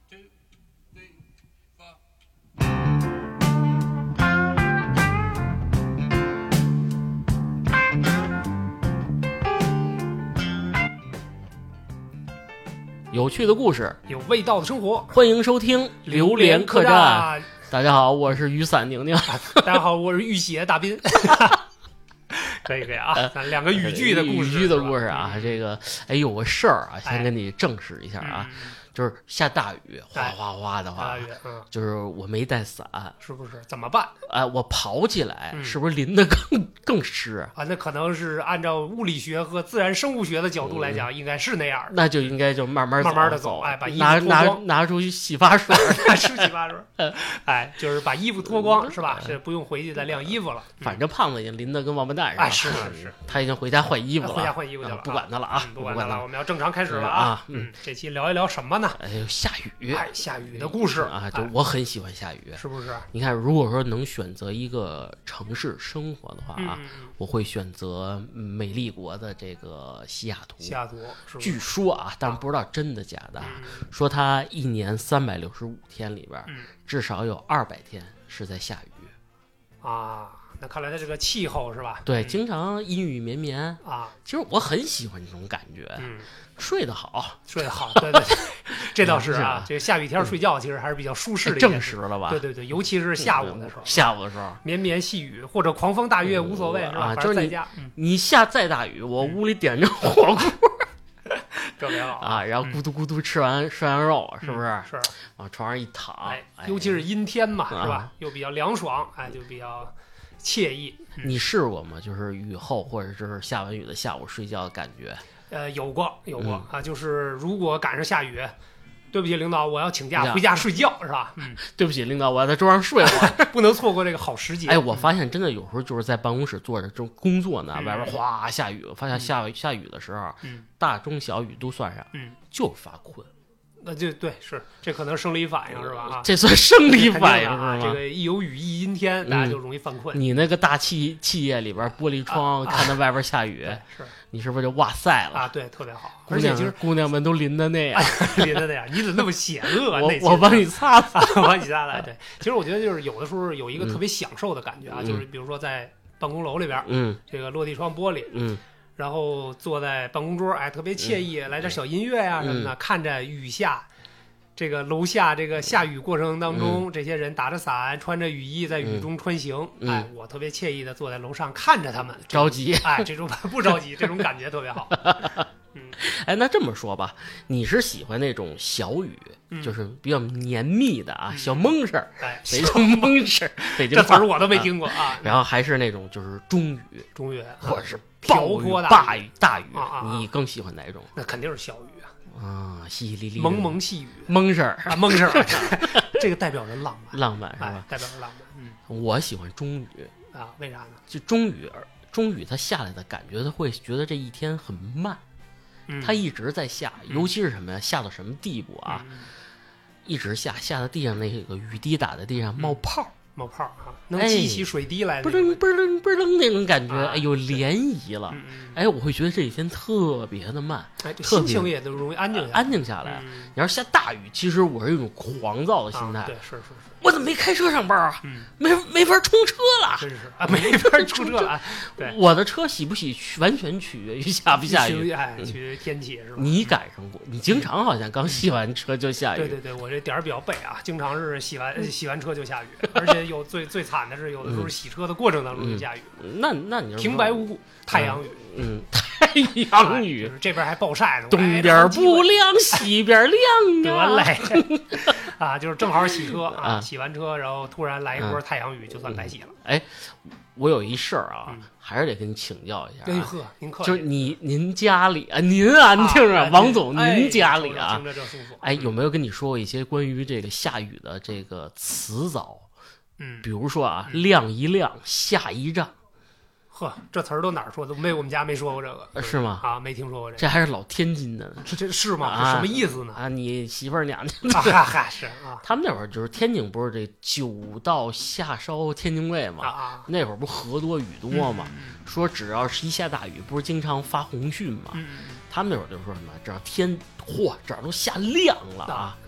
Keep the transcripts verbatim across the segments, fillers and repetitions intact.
有趣的故事， 有味道的生活， 欢迎收听榴莲客栈。大家好，我是雨伞宁宁。 大家好，我是浴血大斌。可以可以啊，咱两个语句的故事， 语句的故事啊，这个哎有个事儿啊，先跟你证实一下啊。嗯，就是下大雨，哗哗哗的话，嗯，就是我没带伞， 是不是？怎么办？ 哎，我跑起来，嗯，是不是淋得更更湿啊？那可能是按照物理学和自然生物学的角度来讲，嗯，应该是那样的。 那就应该就慢慢慢慢的走，哎，把衣服拿脱光， 拿拿出洗发水， 拿出洗发水，哎，就是把衣服脱光，是吧？是不用回去再晾衣服了。 反正胖子已经淋得跟王八蛋似的， 哎，是是是， 他已经回家换衣服了， 回家换衣服去了， 不管他了啊， 不管他了，我们要正常开始了啊。嗯，这期聊一聊什么呢？ 哎呦，下雨。 哎，下雨的故事啊，就我很喜欢下雨， 是不是？ 你看，如果说能选择一个城市生活的话啊， 嗯、 我会选择美丽国的这个西雅图。 西雅图， 据说啊，但不知道真的假的，啊嗯、说它一年三百六十五天里边， 嗯、 至少有二百天是在下雨啊。那看来它这个气候是吧？ 对， 嗯、 经常阴雨绵绵啊。 其实我很喜欢这种感觉， 嗯， 睡得好， 睡得好，对对对，这倒是啊。这个下雨天睡觉其实还是比较舒适的， 证实了吧？ 对对对，尤其是下午的时候， 下午的时候， 绵绵细雨或者狂风大月无所谓，是吧？ 就是在家， 你下再大雨，我屋里点着火锅。 特别好啊，然后咕嘟咕嘟吃完涮羊肉，是不是？ 是， 往床上一躺， 哎，尤其是阴天嘛，是吧？又比较凉爽，哎，就比较惬意。 你试过吗？就是雨后或者是下完雨的下午睡觉的感觉？ 呃，有过，有过啊，就是如果赶上下雨，对不起领导，我要请假回家睡觉，是吧？嗯， 对不起领导，我要在桌上睡会儿， 不能错过这个好时节。 哎，我发现真的有时候就是在办公室坐着这种工作呢，外边哗下雨，发现下下雨的时候， 嗯， 大中小雨都算上， 嗯， 就发困。 那就对，是这可能生理反应是吧？啊， 这算生理反应是吗？ 这个一有雨一阴天，大家就容易犯困。 你那个大企企业里边玻璃窗看到外边下雨， 是你是不是就哇塞了啊？对，特别好。 而且就是姑娘们都淋的那样， 淋的那样，你怎么那么险恶？ 我我帮你擦擦， 我帮你擦擦。对，其实我觉得就是有的时候有一个特别享受的感觉啊，就是比如说在办公楼里边， 嗯， 这个落地窗玻璃， 嗯。 然后坐在办公桌，哎，特别惬意，来点小音乐呀、啊、什么的， 嗯、 看着雨下，这个楼下这个下雨过程当中， 嗯、 这些人打着伞，穿着雨衣在雨中穿行， 嗯、 哎，我特别惬意的坐在楼上看着他们， 着急， 哎，这种不着急，这种感觉特别好。嗯， 哎，那这么说吧，你是喜欢那种小雨， 嗯、 就是比较黏密的啊，嗯、小蒙事儿， 哎， 北京蒙事儿，北京这词儿我都没听过啊。 然后还是那种就是中雨， 中雨或者是瓢泼大雨，大雨， 啊啊啊你更喜欢哪种？ 那肯定是小雨啊。 啊，淅淅沥沥， 蒙蒙细雨， 蒙事儿啊，蒙事儿，这个代表着浪漫， 浪漫是吧？ 哎、代表着浪漫。 嗯，我喜欢中雨啊，为啥呢？ 就中雨，中雨它下来的感觉，他会觉得这一天很慢， 嗯、 它一直在下，尤其是什么呀？下到什么地步啊？ 嗯、 一直下，下到地上那个雨滴打在地上冒泡。 嗯冒泡啊，能激起水滴来， 不楞不楞不楞那种感觉， 啊、 哎呦，涟漪了， 嗯嗯、 哎，我会觉得这一天特别的慢， 哎，心情也都容易安静下来， 安静下来。 嗯、 你要是下大雨，其实我是一种狂躁的心态， 啊、对，是是是， 我怎么没开车上班啊？ 嗯， 没没法冲车了， 真是啊，没法冲车了。对， 我的车洗不洗，完全取决于下不下雨， 哎，取决于天气是吧？ 你赶上过？你经常好像刚洗完车就下雨。 对对对，我这点儿比较背啊，经常是洗完洗完车就下雨，而且有最最惨。但是有的时候洗车的过程当中就下雨， 嗯、那那你平白无故太阳雨， 嗯，太阳雨， 哎就是、这边还暴晒呢， 东边不亮西边亮啊，得嘞，啊，就是正好洗车啊， 啊洗完车，然后突然来一波太阳雨，就算白洗了。 哎，我有一事儿啊， 嗯、 还是得跟你请教一下、啊。 哎呵，您客气， 就是你您家里啊，您啊，您听着， 啊、 王总， 哎、 您家里啊， 听着这舒服。 哎，有没有跟你说过一些关于这个下雨的这个词藻？ 嗯， 比如说啊，嗯、晾一晾，下一丈。 呵，这词儿都哪儿说的？没，我们家没说过这个， 是吗？ 啊，没听说过这个。 这还是老天津的呢， 这是吗？ 啊、 什么意思呢？ 啊，你媳妇儿娘家啊，嗨，是啊。 他们那会儿就是天津，不是这酒到下烧天津卫嘛？ 啊， 那会儿不河多雨多嘛？ 嗯、 说只要是一下大雨，不是经常发洪汛嘛？ 嗯、 他们那会儿就说什么，只要天嚯，这儿都下亮了啊。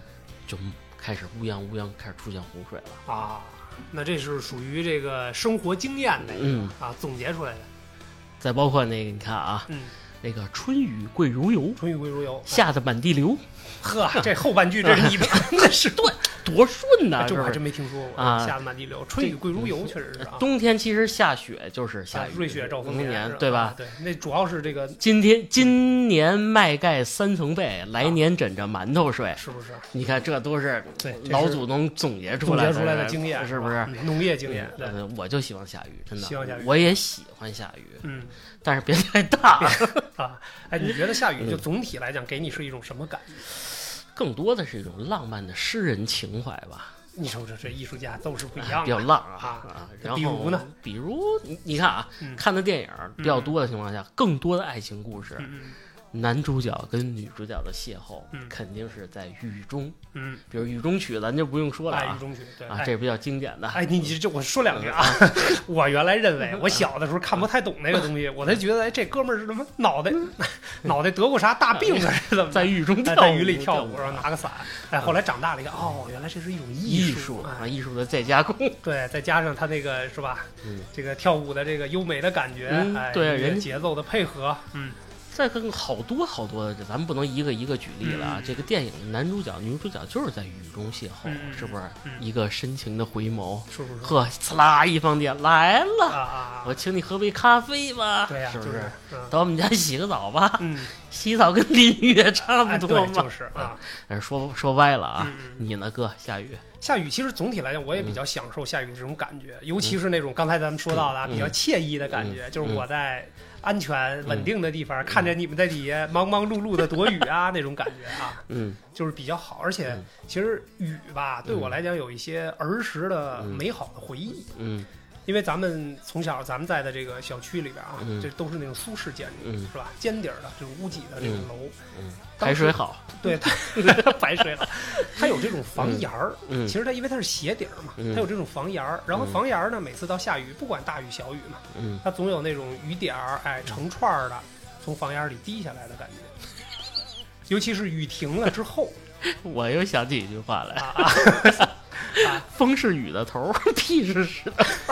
就开始乌泱乌泱开始出现洪水了啊。那这是属于这个生活经验的，嗯啊，总结出来的。 再包括那个，你看啊， 嗯， 那个春雨贵如油， 春雨贵如油， 下的满地流。 呵，这后半句这是你编的是对，多顺呐！ 这我还真没听说过啊。下的满地流，春雨贵如油，确实是。 冬天其实下雪就是下雨， 瑞雪兆丰年，对吧？ 对，那主要是这个。 今天今年麦盖三层被，来年枕着馒头睡， 是不是？ 你看，这都是对老祖宗总结出来总结出来的经验， 是不是？ 农业经验。 对，我就希望下雨，真的。 希望下雨， 我也喜欢下雨， 嗯， 但是别太大啊。哎，你觉得下雨就总体来讲给你是一种什么感觉？ 更多的是一种浪漫的诗人情怀吧。 你说这这艺术家都是不一样的， 比较浪啊啊。然后比如呢？ 比如你你看啊， 嗯、 看的电影比较多的情况下，嗯、更多的爱情故事。 嗯男主角跟女主角的邂逅， 嗯、 肯定是在雨中。 嗯， 比如《雨中曲》，咱就不用说了啊。 哎、雨中曲，对啊，这是比较经典的。 哎，你你这我说两句啊。我原来认为，我小的时候看不太懂那个东西，我才觉得，哎，这哥们儿是什么脑袋脑袋得过啥大病啊？是怎么在雨中跳舞， 在雨里跳舞，然后拿个伞。哎，后来长大了一看，哦，原来这是一种艺术啊， 艺术的再加工。 对，再加上他那个是吧？ 嗯， 这个跳舞的这个优美的感觉，哎， 对，人节奏的配合，嗯。 再跟好多好多的，咱们不能一个一个举例了啊。 嗯、 这个电影男主角、女主角就是在雨中邂逅， 嗯、 是不是？ 嗯、 一个深情的回眸， 是不是？ 呵，呲啦一放电来了， 啊、 我请你喝杯咖啡吧， 对呀、啊， 是不是？ 就是嗯、 到我们家洗个澡吧， 嗯， 洗澡跟淋浴也差不多嘛， 哎、就是啊。 但是说说歪了啊， 嗯、 你呢，哥？下雨。 下雨其实总体来讲，我也比较享受下雨的这种感觉，嗯、尤其是那种刚才咱们说到的、 嗯、 比较惬意的感觉， 嗯、 就是我在安全稳定的地方，嗯、看着你们在底下忙忙碌碌的躲雨啊，那种感觉啊， 嗯， 就是比较好。而且其实雨吧，对我来讲有一些儿时的美好的回忆， 嗯。 因为咱们从小咱们在的这个小区里边啊， 嗯、 这都是那种苏式建筑， 嗯、 是吧？尖顶的这种屋脊的这种楼， 嗯，排水好， 对，它排水好，它有这种房檐儿。 嗯， 其实它因为它是斜顶嘛， 嗯、 它有这种房檐儿。然后房檐儿呢，每次到下雨，不管大雨小雨嘛， 嗯， 它总有那种雨点儿，哎，成串儿的从房檐里滴下来的感觉。尤其是雨停了之后， 我又想起一句话来啊。啊， 风是雨的头，屁是屎的头。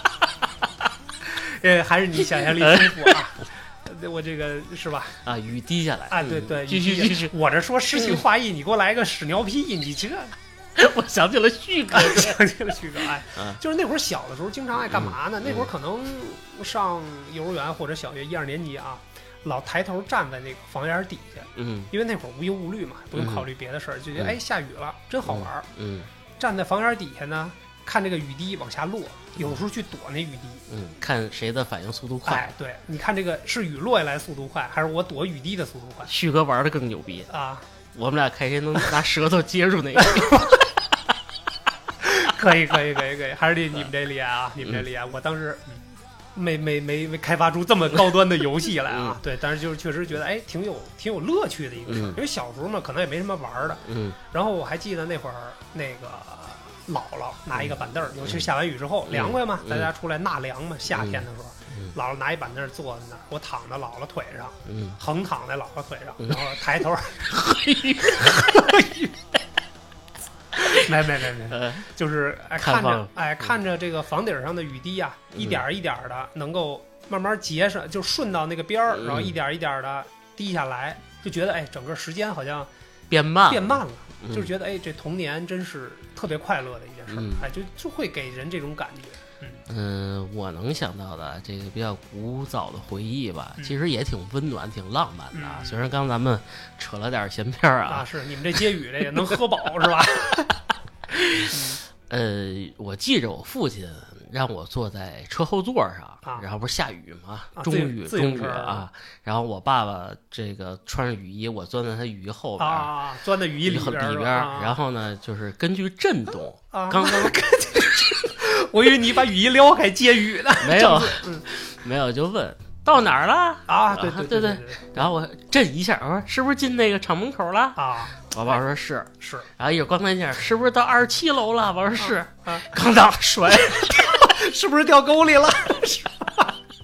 呃，还是你想象力丰富啊！我这个是吧？ 啊，雨滴下来啊，对对， 继续继续。 我这说诗情画意，你给我来个屎尿屁，你这， 我想起了旭哥， 想起了旭哥，哎，就是那会儿小的时候，经常爱干嘛呢？那会儿可能上幼儿园或者小学一二年级啊，老抬头站在那个房檐底下， 嗯， 因为那会儿无忧无虑嘛，不用考虑别的事儿，就觉得哎下雨了，真好玩， 嗯， 站在房檐底下呢。看这个雨滴往下落，有时候去躲那雨滴， 嗯，看谁的反应速度快。 哎，对，你看这个是雨落下来速度快，还是我躲雨滴的速度快？ 旭哥玩的更牛逼啊！ 我们俩看谁能拿舌头接住那个。 可以，可以，可以，可以，还是你们这厉害啊！你们这厉害，我当时没没没没开发出这么高端的游戏来啊！对，但是就是确实觉得哎，挺有挺有乐趣的一个事儿，因为小时候嘛，可能也没什么玩的。 嗯。 然后我还记得那会儿那个。姥姥拿一个板凳儿，尤其是下完雨之后，凉快嘛，大家出来纳凉嘛。夏天的时候，姥姥拿一板凳儿坐在那儿，我躺在姥姥腿上，横躺在姥姥腿上，然后抬头喝雨，喝雨。没没没没，就是哎看着哎看着这个房顶上的雨滴啊，一点一点的能够慢慢结上，就顺到那个边儿，然后一点一点的滴下来，就觉得哎整个时间好像变慢变慢了。就是觉得哎，这童年真是特别快乐的一件事， 嗯、 哎，就就会给人这种感觉。 嗯、呃，我能想到的这个比较古早的回忆吧， 嗯、 其实也挺温暖、挺浪漫的。 嗯、 虽然刚咱们扯了点闲篇啊， 啊，是你们这接雨这也能喝饱是吧？ 呃，我记着我父亲让我坐在车后座上， 啊、 然后不是下雨嘛， 啊、 中雨中雨啊， 然后我爸爸这个穿着雨衣，我钻在他雨衣后边啊，钻在雨衣里边里边， 啊、 然后呢，就是根据震动， 啊、 刚刚， 我以为你把雨衣撩开接雨呢， 没有， 嗯、 没有，就问到哪儿了啊？对对对对，然后我震一下，我说是不是进那个厂门口了啊？ 我爸说是是， 然后一会儿咣当一下，是不是到二十七楼了？我说是， 啊， 刚当摔， 是不是掉沟里了？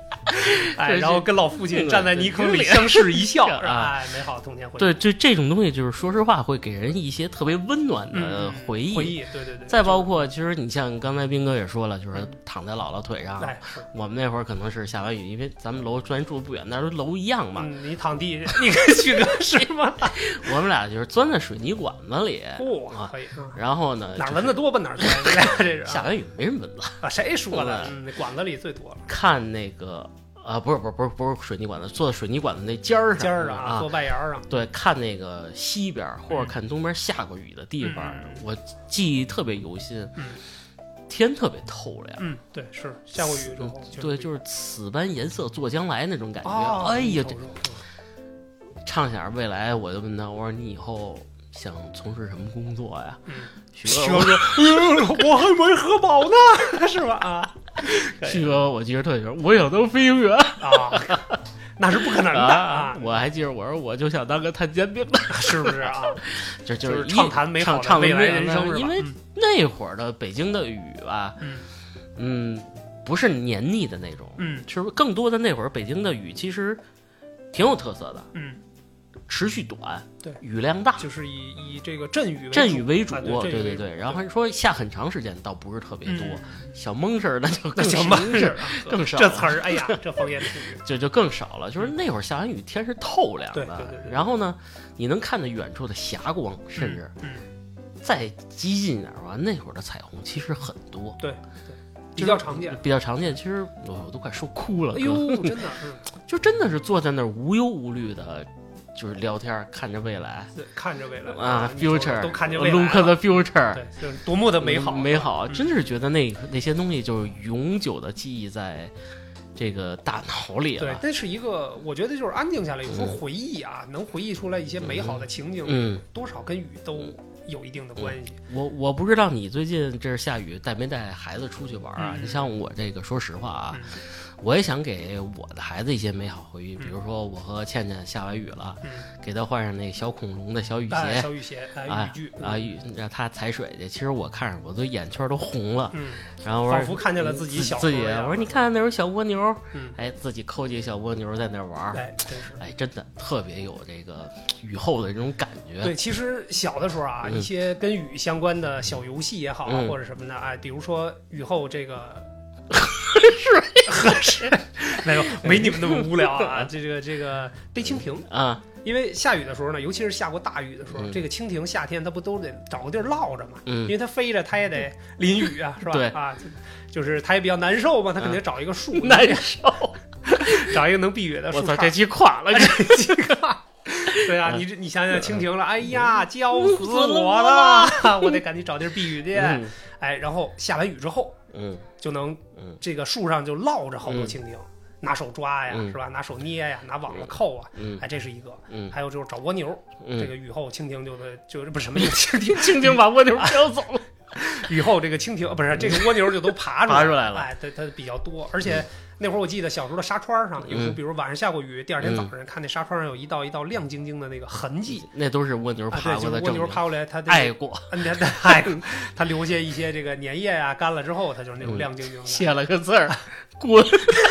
哎，然后跟老父亲站在泥坑里相视一笑，哎，美好的童年回忆。 对，就这种东西，就是说实话，会给人一些特别温暖的回忆。 嗯、回忆，对对对。 再包括，其实你像刚才斌哥也说了，就是躺在姥姥腿上。 哎， 我们那会儿可能是下完雨，因为咱们楼虽然住不远，但是楼一样嘛。 嗯、你躺地，你跟旭哥是吗？ 我们俩就是钻在水泥管子里。 嚯、 哦， 可以。嗯、 然后呢， 哪蚊子多奔哪钻。这是下完雨没人蚊子啊？谁说的？嗯，那管子里最多了。 看那个。啊，不是不是不是不是水泥管子，坐在水泥管子那尖儿上， 尖儿上啊， 坐外沿上。 对，看那个西边或者看东边下过雨的地方， 嗯、 我记忆特别犹新。 嗯， 天特别透亮。 嗯，对，是下过雨之后， 对，就是此般颜色作将来那种感觉。 哦、 哎呀，这畅想未来，我就问他，我说你以后想从事什么工作呀？ 嗯， 徐哥说，我还没喝饱呢，是吧？啊。 旭哥，我记得特别，我想当飞行员啊，那是不可能的啊！ 我还记得，我说我就想当个探监兵， 是不是啊？ 就就是畅谈美好的未来人生， 因为那会儿的北京的雨吧， 嗯嗯，不是黏腻的那种， 嗯， 其实更多的那会儿北京的雨其实挺有特色的， 嗯。 持续短， 对， 雨量大， 就是以以这个阵雨为阵雨为主， 啊、 对对对对。然后说下很长时间，倒不是特别多， 嗯、 小蒙事儿那就更小蒙事儿更少。 这词儿，哎呀，这方言词语就就更少了。就是那会儿下完雨，天是透亮的， 对对对对然后呢，你能看到远处的霞光，甚至、 嗯嗯、再激进一点吧，那会儿的彩虹其实很多， 对对，比较常见， 比较常见。其实我我都快说哭了， 哎呦，真的，嗯， 就真的是坐在那儿无忧无虑的。就是聊天，看着未来， 看着未来啊 ，future 都看见未来 ，look the future， 对，就是多么的美好， 嗯、美好， 嗯、 真是觉得那那些东西就是永久的记忆在这个大脑里了。 对，那是一个，我觉得就是安静下来，有时候回忆啊，嗯、能回忆出来一些美好的情景， 嗯， 多少跟雨都有一定的关系。 嗯、我我不知道你最近这是下雨带没带孩子出去玩啊？ 嗯、 你像我这个，说实话啊。 嗯我也想给我的孩子一些美好回忆，比如说我和倩倩下完雨了， 嗯、 给她换上那小恐龙的小雨鞋， 哎、小雨鞋，哎、 啊， 雨具啊，雨让她踩水去。其实我看着我都眼圈都红了， 嗯， 然后我仿佛看见了自己小自己，我说你看那有小蜗牛， 嗯， 哎，自己抠几个小蜗牛在那玩， 哎，真是， 哎，真的特别有这个雨后的这种感觉。 对，其实小的时候啊， 嗯、 一些跟雨相关的小游戏也好， 嗯、 或者什么的，哎，比如说雨后这个。 喝水， 喝水，没有，没你们那么无聊啊！这个这个背蜻蜓啊， 因为下雨的时候呢，尤其是下过大雨的时候， 嗯、 这个蜻蜓夏天它不都得找个地儿落着嘛？ 嗯， 因为它飞着它也得淋雨啊，是吧？ 对啊，就是它也比较难受嘛，它肯定找一个树、 嗯、难受， 找一个能避雨的树。 我操，这期垮了， 这期垮。对啊，你你想想蜻蜓了，哎呀，浇死我了！我得赶紧找地儿避雨去。 嗯、 哎，然后下完雨之后， 嗯， 就能，这个树上就落着好多蜻蜓， 嗯、 拿手抓呀， 嗯、 是吧？拿手捏呀，拿网子扣啊， 嗯， 哎，这是一个。 嗯， 还有就是找蜗牛， 嗯、 这个雨后蜻蜓就的就不是什么蜻蜓， 蜻蜓把蜗牛叼走了。 雨后这个蜻蜓不是这个蜗牛就都爬出来爬出来了， 哎，它它比较多，而且。那会儿我记得小时候的纱窗上，有时候比如晚上下过雨， 嗯、 第二天早上看那纱窗上有一道一道亮晶晶的那个痕迹， 那都是蜗牛爬过的、 啊、对，就是蜗牛爬过来，它、這個、 爱过， 它爱，它留下一些这个粘液啊，干了之后，它就是那种亮晶晶的。 写、嗯、了个字儿，滚。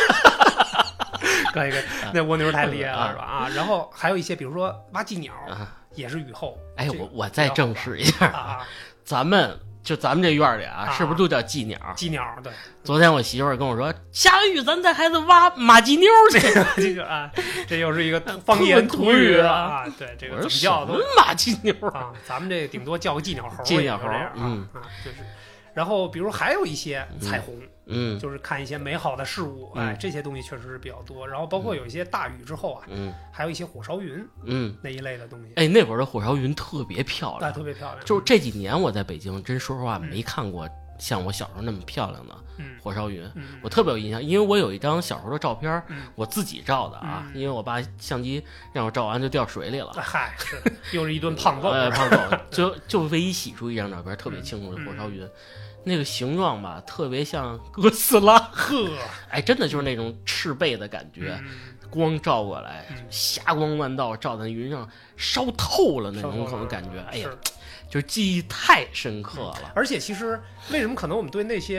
可以可以，那蜗牛太厉害了，是吧？啊，然后还有一些，比如说挖鸡鸟， 啊、 也是雨后。 哎， 这个、 我我再证实一下啊， 咱们。就咱们这院里啊， 啊是不是都叫鸡鸟？ 鸡鸟，对。 昨天我媳妇儿跟我说，下完雨咱带孩子挖马鸡妞去。 这个啊，这又是一个方言土语啊。对，这个怎么叫都马鸡妞啊？咱们这顶多叫个鸡鸟猴。 鸡鸟猴， 嗯啊，就是。然后，比如还有一些彩虹， 嗯， 就是看一些美好的事物， 嗯、 哎，这些东西确实是比较多。然后包括有一些大雨之后啊， 嗯， 还有一些火烧云， 嗯， 那一类的东西。 哎，那会儿的火烧云特别漂亮， 哎，特别漂亮。 就是这几年我在北京，真说实话没看过像我小时候那么漂亮的火烧云。 嗯， 我特别有印象，因为我有一张小时候的照片， 嗯、 我自己照的啊， 嗯、 因为我爸相机让我照完就掉水里了。 嗨，是又是一顿胖揍， 呃，胖揍，就就唯一洗出一张照片特别清楚的火烧云。 嗯那个形状吧，特别像哥斯拉， 呵， 哎，真的就是那种赤背的感觉， 嗯、 光照过来， 嗯、 霞光万道，照在云上，烧透了那种可能感觉，哎呀，就是记忆太深刻了。 而且其实为什么可能我们对那些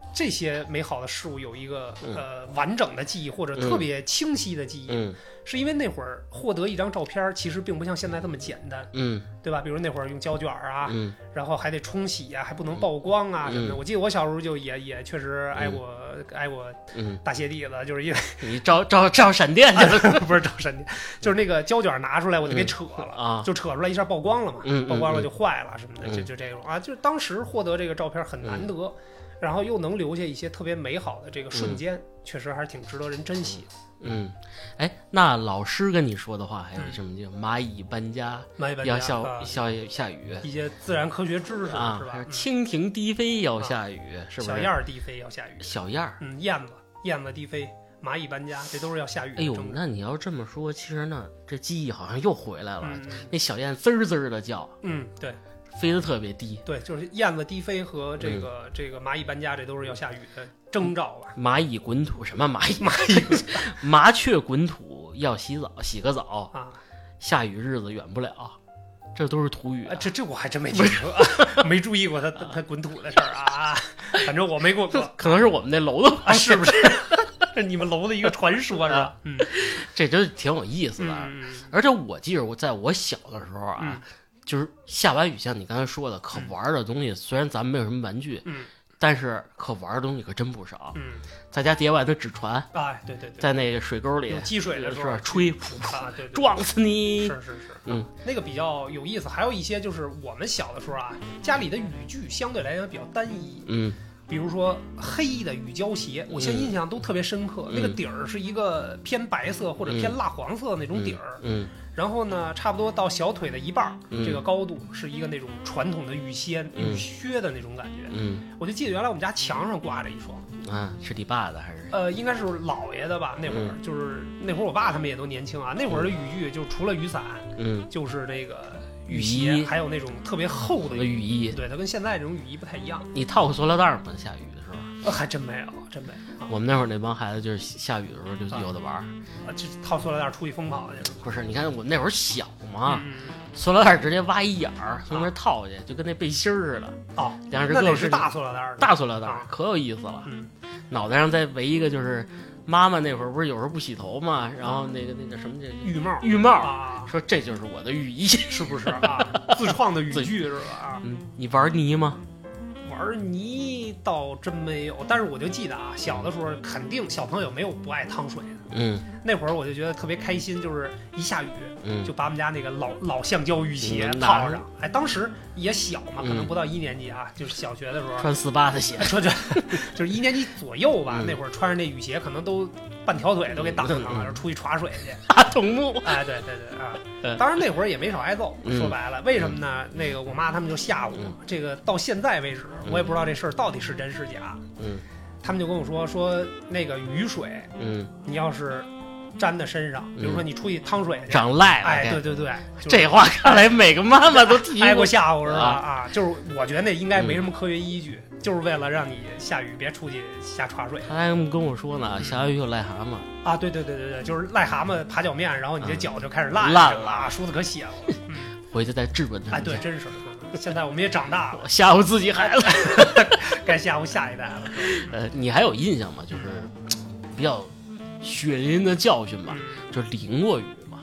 这些美好的事物有一个、嗯、呃完整的记忆或者特别清晰的记忆， 嗯， 是因为那会儿获得一张照片其实并不像现在这么简单， 嗯， 对吧？比如那会儿用胶卷啊， 嗯， 然后还得冲洗啊，还不能曝光啊、 嗯、 什么的。我记得我小时候就也也确实挨过、嗯、挨过大鞋底子，就是因为你照照照闪电去了， 不是照闪电，就是那个胶卷拿出来我就给扯了、 嗯、啊， 就扯出来一下曝光了嘛， 嗯、 曝光了就坏了什么的， 嗯、 就就这种啊，就是当时获得这个照片很难得。嗯，然后又能留下一些特别美好的这个瞬间、嗯、确实还是挺值得人珍惜的。 嗯，哎，那老师跟你说的话还有什么？就蚂蚁搬家， 蚂蚁搬家要下、 啊、 下下雨， 一些自然科学知识、 啊、 是吧？ 蜻蜓低飞要下雨， 啊、 是不是？ 小燕儿低飞要下雨， 小燕儿， 嗯，燕子燕子低飞，蚂蚁搬家，这都是要下雨的。 哎呦，那你要这么说，其实呢，这记忆好像又回来了。 嗯、 那小燕滋儿滋儿的叫， 嗯，对。 飞得特别低， 对，就是燕子低飞和这个、嗯、这个蚂蚁搬家，这都是要下雨的征兆吧？ 蚂蚁滚土什么蚂蚁？蚂蚁麻雀滚土要洗澡，洗个澡啊！ 下雨日子远不了，这都是土语、啊啊。这这我还真没听说，没注意过它它滚土的事儿啊。反正我没过过， 可能是我们那楼的、 啊，是不是？是你们楼的一个传说是吧？ 嗯，这就挺有意思的。 嗯、 而且我记得我在我小的时候啊。 嗯， 就是下完雨，像你刚才说的，可玩的东西，嗯、虽然咱们没有什么玩具， 嗯， 但是可玩的东西可真不少。 嗯， 在家叠完的纸船， 哎，对对对， 在那个水沟里积水的时候吹， 啊，对， 撞死你！ 是是是， 嗯， 那个比较有意思。还有一些就是我们小的时候啊，家里的雨具相对来讲比较单一， 嗯。 比如说黑的雨胶鞋，我现在印象都特别深刻。 嗯、 那个底儿是一个偏白色或者偏蜡黄色的那种底儿、 嗯，嗯， 然后呢，差不多到小腿的一半、 嗯， 这个高度是一个那种传统的雨靴、 嗯、 雨靴的那种感觉。 嗯， 我就记得原来我们家墙上挂着一双。 啊，是你爸的还是？ 呃，应该是姥爷的吧。那会儿、 嗯、 就是那会儿我爸他们也都年轻啊。那会儿的雨具就除了雨伞， 嗯， 就是那个。雨鞋，还有那种特别厚的雨衣， 对，它跟现在这种雨衣不太一样。 你套过塑料袋吗？下雨的时候？ 呃，还真没有，真没有。 啊、我们那会儿那帮孩子就是下雨的时候就有的玩， 啊，就套塑料袋出去疯跑去。 不是，你看我们那会儿小嘛， 嗯、 塑料袋直接挖一眼儿，从那儿套去，就跟那背心似的。 哦， 两只胳膊是大塑料袋， 大塑料袋、 啊、 可有意思了。 嗯， 脑袋上再围一个就是。妈妈那会儿不是有时候不洗头嘛，然后那个那个什么这浴帽， 浴帽啊， 说这就是我的浴衣， 是不是啊？自创的雨具是吧？ 嗯，你玩泥吗？ 玩泥倒真没有，但是我就记得啊，小的时候肯定小朋友没有不爱趟水的。 嗯， 那会儿我就觉得特别开心，就是一下雨， 嗯， 就把我们家那个老老橡胶雨鞋套上。哎，当时也小嘛，可能不到一年级啊， 嗯、 就是小学的时候穿四八的鞋， 穿着就是一年级左右吧。 嗯、 那会儿穿着那雨鞋，可能都半条腿都给挡上了，然后出去耍水去。 大桐木， 哎，对对对啊！嗯、当然那会儿也没少挨揍，说白了，为什么呢？那个我妈他们就吓我， 嗯、 这个到现在为止，我也不知道这事儿到底是真是假。 嗯， 他们就跟我说说那个雨水， 嗯， 你要是沾在身上，比如说你出去趟水去， 长赖了。 哎，对对对， 就是、这话看来每个妈妈都提挨过吓唬是吧？ 啊, 啊，就是我觉得那应该没什么科学依据，嗯、就是为了让你下雨别出去瞎耍水。 他还跟我说呢，下雨有癞蛤蟆啊，对对对对对，就是癞蛤蟆爬脚面，然后你这脚就开始烂烂了， 啊，说的可血了。嗯， 回去再质问他。 哎，对，真是。现在我们也长大了， 吓唬自己孩子， 该吓唬下一代了。 呃，你还有印象吗？就是比较血淋淋的教训吧， 嗯、 就淋过雨嘛。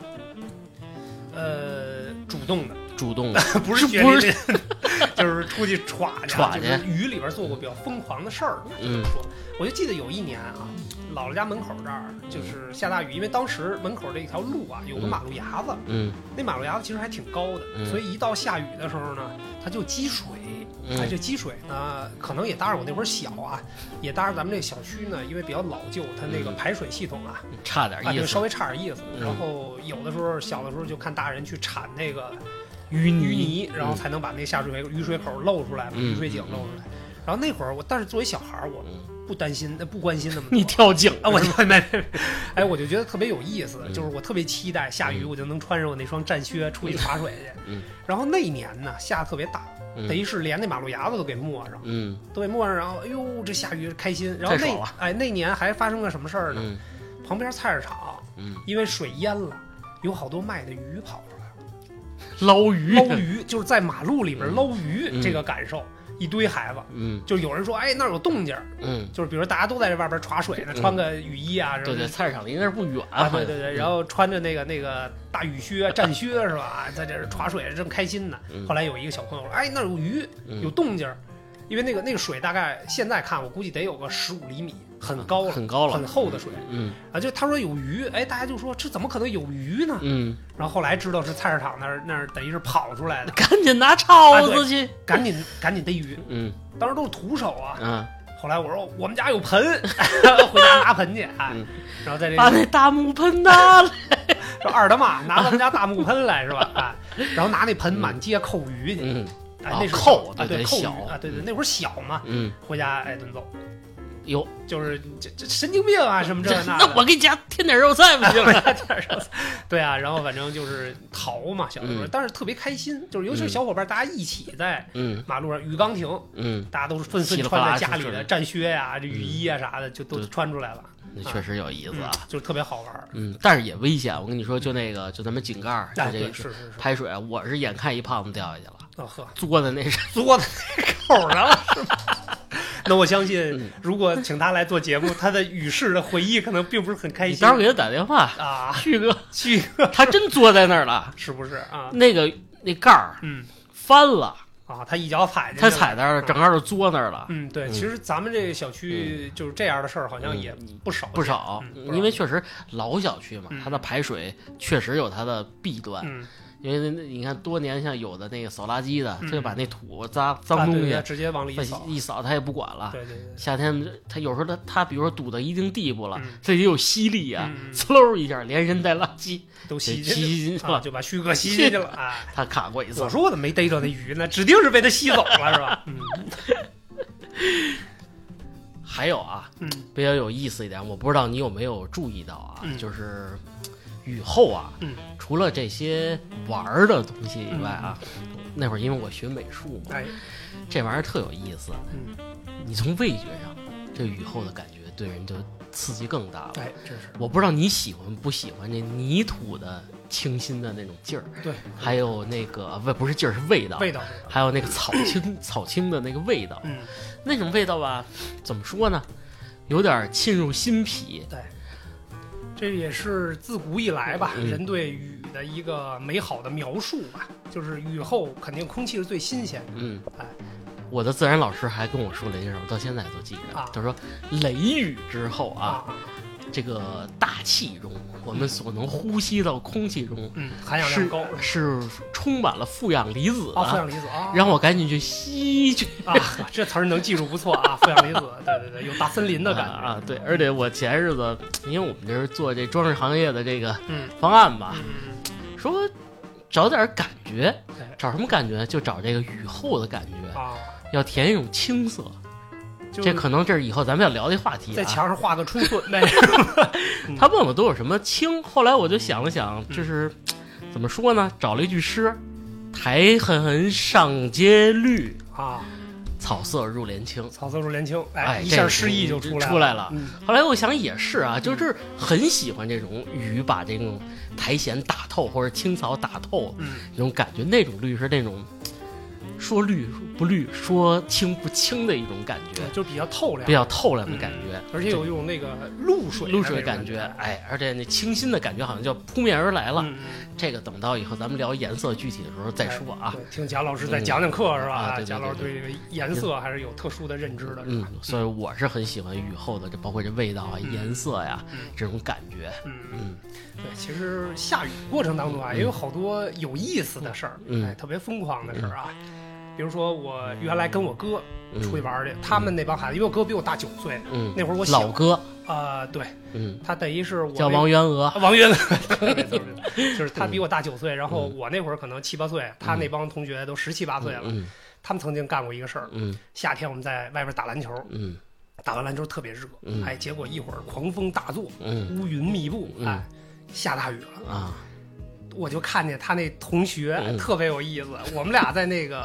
呃，主动的， 主动的， 不是血淋淋，就是出去耍去， 耍去。 就是雨里边做过比较疯狂的事儿。 嗯， 说，我就记得有一年啊，姥姥家门口这儿就是下大雨，因为当时门口这一条路啊有个马路牙子， 嗯， 那马路牙子其实还挺高的， 嗯、 所以一到下雨的时候呢，它就积水。 嗯、 哎，这积水呢，可能也搭着我那会儿小啊，也搭着咱们这小区呢，因为比较老旧，它那个排水系统啊， 嗯、差点意思， 啊、稍微差点意思。 嗯、 然后有的时候小的时候就看大人去铲那个淤泥， 淤泥，然后才能把那下水雨水口露出来， 嗯、 雨水井露出来。然后那会儿我，但是作为小孩我不担心，不关心那么多。 你跳井啊，我就没，哎，我就觉得特别有意思， 嗯、 就是我特别期待下雨，我就能穿上我那双战靴出去耍水去。 嗯， 然后那一年呢，下特别大。 嗯、 等于是连那马路牙子都给没上， 嗯， 都给没上，然后哎呦，这下雨开心。然后那哎那年还发生个什么事儿呢？ 嗯、 旁边菜市场， 嗯， 因为水淹了，有好多卖的鱼跑出来了。 捞鱼捞鱼，就是在马路里边捞鱼、嗯、这个感受。一堆孩子， 嗯， 就有人说，哎，那儿有动静， 嗯， 就是比如大家都在这外边耍水呢， 嗯、 穿个雨衣啊， 对对，菜市场离那儿不远啊，对对对，然后穿着那个那个大雨靴、战靴是吧，在这儿耍水正开心呢。 嗯、 后来有一个小朋友说，哎，那儿有鱼，有动静，因为那个那个水大概现在看我估计得有个十五厘米，很高了， 很高了， 很厚的水， 嗯啊，就他说有鱼，哎，大家就说这怎么可能有鱼呢？ 嗯， 然后后来知道是菜市场那儿那儿等于是跑出来的， 赶紧拿抄子去， 啊、赶紧赶紧逮鱼， 嗯。 当时都是徒手啊， 嗯， 后来我说我们家有盆，回家拿盆去，哎， 嗯、 然后在这把那大木盆拿来， 说二大妈拿咱们家大木盆来是吧？哎，然后拿那盆满街扣鱼去， 嗯， 哎，那是扣啊，对，扣鱼小啊，对对，那会儿小嘛， 嗯， 回家挨顿揍。 有就是这这神经病啊什么这那那我给你家添点肉菜不行吗？ 对啊，然后反正就是逃嘛，小时候， 嗯、 但是特别开心，就是尤其是小伙伴，嗯、大家一起在马路上雨缸亭， 嗯， 大家都是纷纷穿着家里的战靴呀、这雨衣啊啥的，就都穿出来了。 那确实有意思啊， 嗯、就是特别好玩。 嗯，但是也危险。我跟你说，就那个，就咱们井盖，就这个是是是排水，我是眼看一胖子掉下去了， 哦呵， 嘬的那是嘬的那口上了，是吧？那我相信，如果请他来做节目，他的与世的回忆可能并不是很开心。 你待会儿给他打电话啊， 旭哥， 旭哥， 他真坐在那儿了， 是不是啊？ 那个那盖儿， 嗯， 翻了啊，他一脚踩进去， 他踩那儿了，整个就坐那儿了。 嗯，对，其实咱们这个小区就是这样的事儿，好像也不少不少，因为确实老小区嘛，它的排水确实有它的弊端。 嗯。 因为你看，多年像有的那个扫垃圾的， 嗯、 就把那土脏脏东西、 啊、直接往里一扫， 一扫他也不管了。 对对对。 夏天他有时候他他比如说堵到一定地步了， 嗯、 这也有吸力啊， 嗯、 呲一下连人带垃圾都吸进去了，啊、就把旭哥吸进去了。哎， 他卡过一次。 我说我怎么没逮着那鱼呢？指定是被他吸走了，是吧？嗯。 还有啊， 嗯， 比较有意思一点，我不知道你有没有注意到啊， 嗯、 就是雨后啊， 嗯， 除了这些玩的东西以外啊，嗯、那会儿因为我学美术嘛， 哎， 这玩意儿特有意思。 嗯， 你从味觉上，这雨后的感觉对人就刺激更大了。 哎，真是。 我不知道你喜欢不喜欢这泥土的清新的那种劲儿， 对， 还有那个不不是劲儿是味道， 味道， 还有那个草青草青的那个味道， 嗯， 那种味道吧，怎么说呢？有点沁入心脾。 对。这也是自古以来吧， 嗯、 人对雨的一个美好的描述吧，就是雨后肯定空气是最新鲜的。 嗯， 哎， 我的自然老师还跟我说了一件事，我到现在都记着。 啊、 他说，雷雨之后啊， 啊这个大气中，我们所能呼吸到空气中， 嗯，含氧量高， 是充满了负氧离子啊，负氧离子啊， 让我赶紧去吸去啊，这词儿能记住不错啊，负氧离子，对对对，有大森林的感觉啊，对，而且我前日子，因为我们这是做这装饰行业的这个嗯方案吧， 嗯、 说找点感觉，找什么感觉？就找这个雨后的感觉啊， 要填一种青色。这可能这是以后咱们要聊的话题、啊。 在墙上画个春笋呗。 他问我都有什么青，后来我就想了想，就是、嗯、怎么说呢？找了一句诗：“苔痕痕上阶绿啊， 草色入帘青。” 草色入帘青，哎， 哎一下诗意就出来了。 出来了。 嗯、 后来我想也是啊，就是很喜欢这种雨把这种苔藓打透，或者青草打透， 嗯， 那种感觉。那种绿是那种。说绿不绿，说清不清的一种感觉， 就比较透亮， 比较透亮的感觉， 嗯、而且有一种那个露水露水感觉，哎，而且那清新的感觉好像就扑面而来了。 嗯、 这个等到以后咱们聊颜色具体的时候再说啊。 哎、听贾老师再讲讲课、嗯、是吧？ 啊、对对对对贾老师对这个颜色还是有特殊的认知的。 嗯，所以我是很喜欢雨后的，这包括这味道啊、 嗯、 颜色呀、 嗯、 这种感觉。 嗯嗯， 对，其实下雨过程当中啊， 嗯、 也有好多有意思的事儿， 嗯， 哎，特别疯狂的事儿啊。比如说我原来跟我哥出去玩去， 嗯、 他们那帮孩子，因为我哥比我大九岁， 嗯， 那会儿我小老哥啊、呃，对， 嗯， 他等于是我叫王元娥， 王元娥，就是他比我大九岁，然后我那会儿可能七八岁，他那帮同学都十七八岁了， 嗯， 他们曾经干过一个事儿， 嗯， 夏天我们在外边打篮球， 嗯， 打完篮球特别热， 嗯， 哎，结果一会儿狂风大作， 嗯， 乌云密布， 嗯、 哎，下大雨了啊， 我就看见他那同学、 嗯、 特别有意思，我们俩在那个。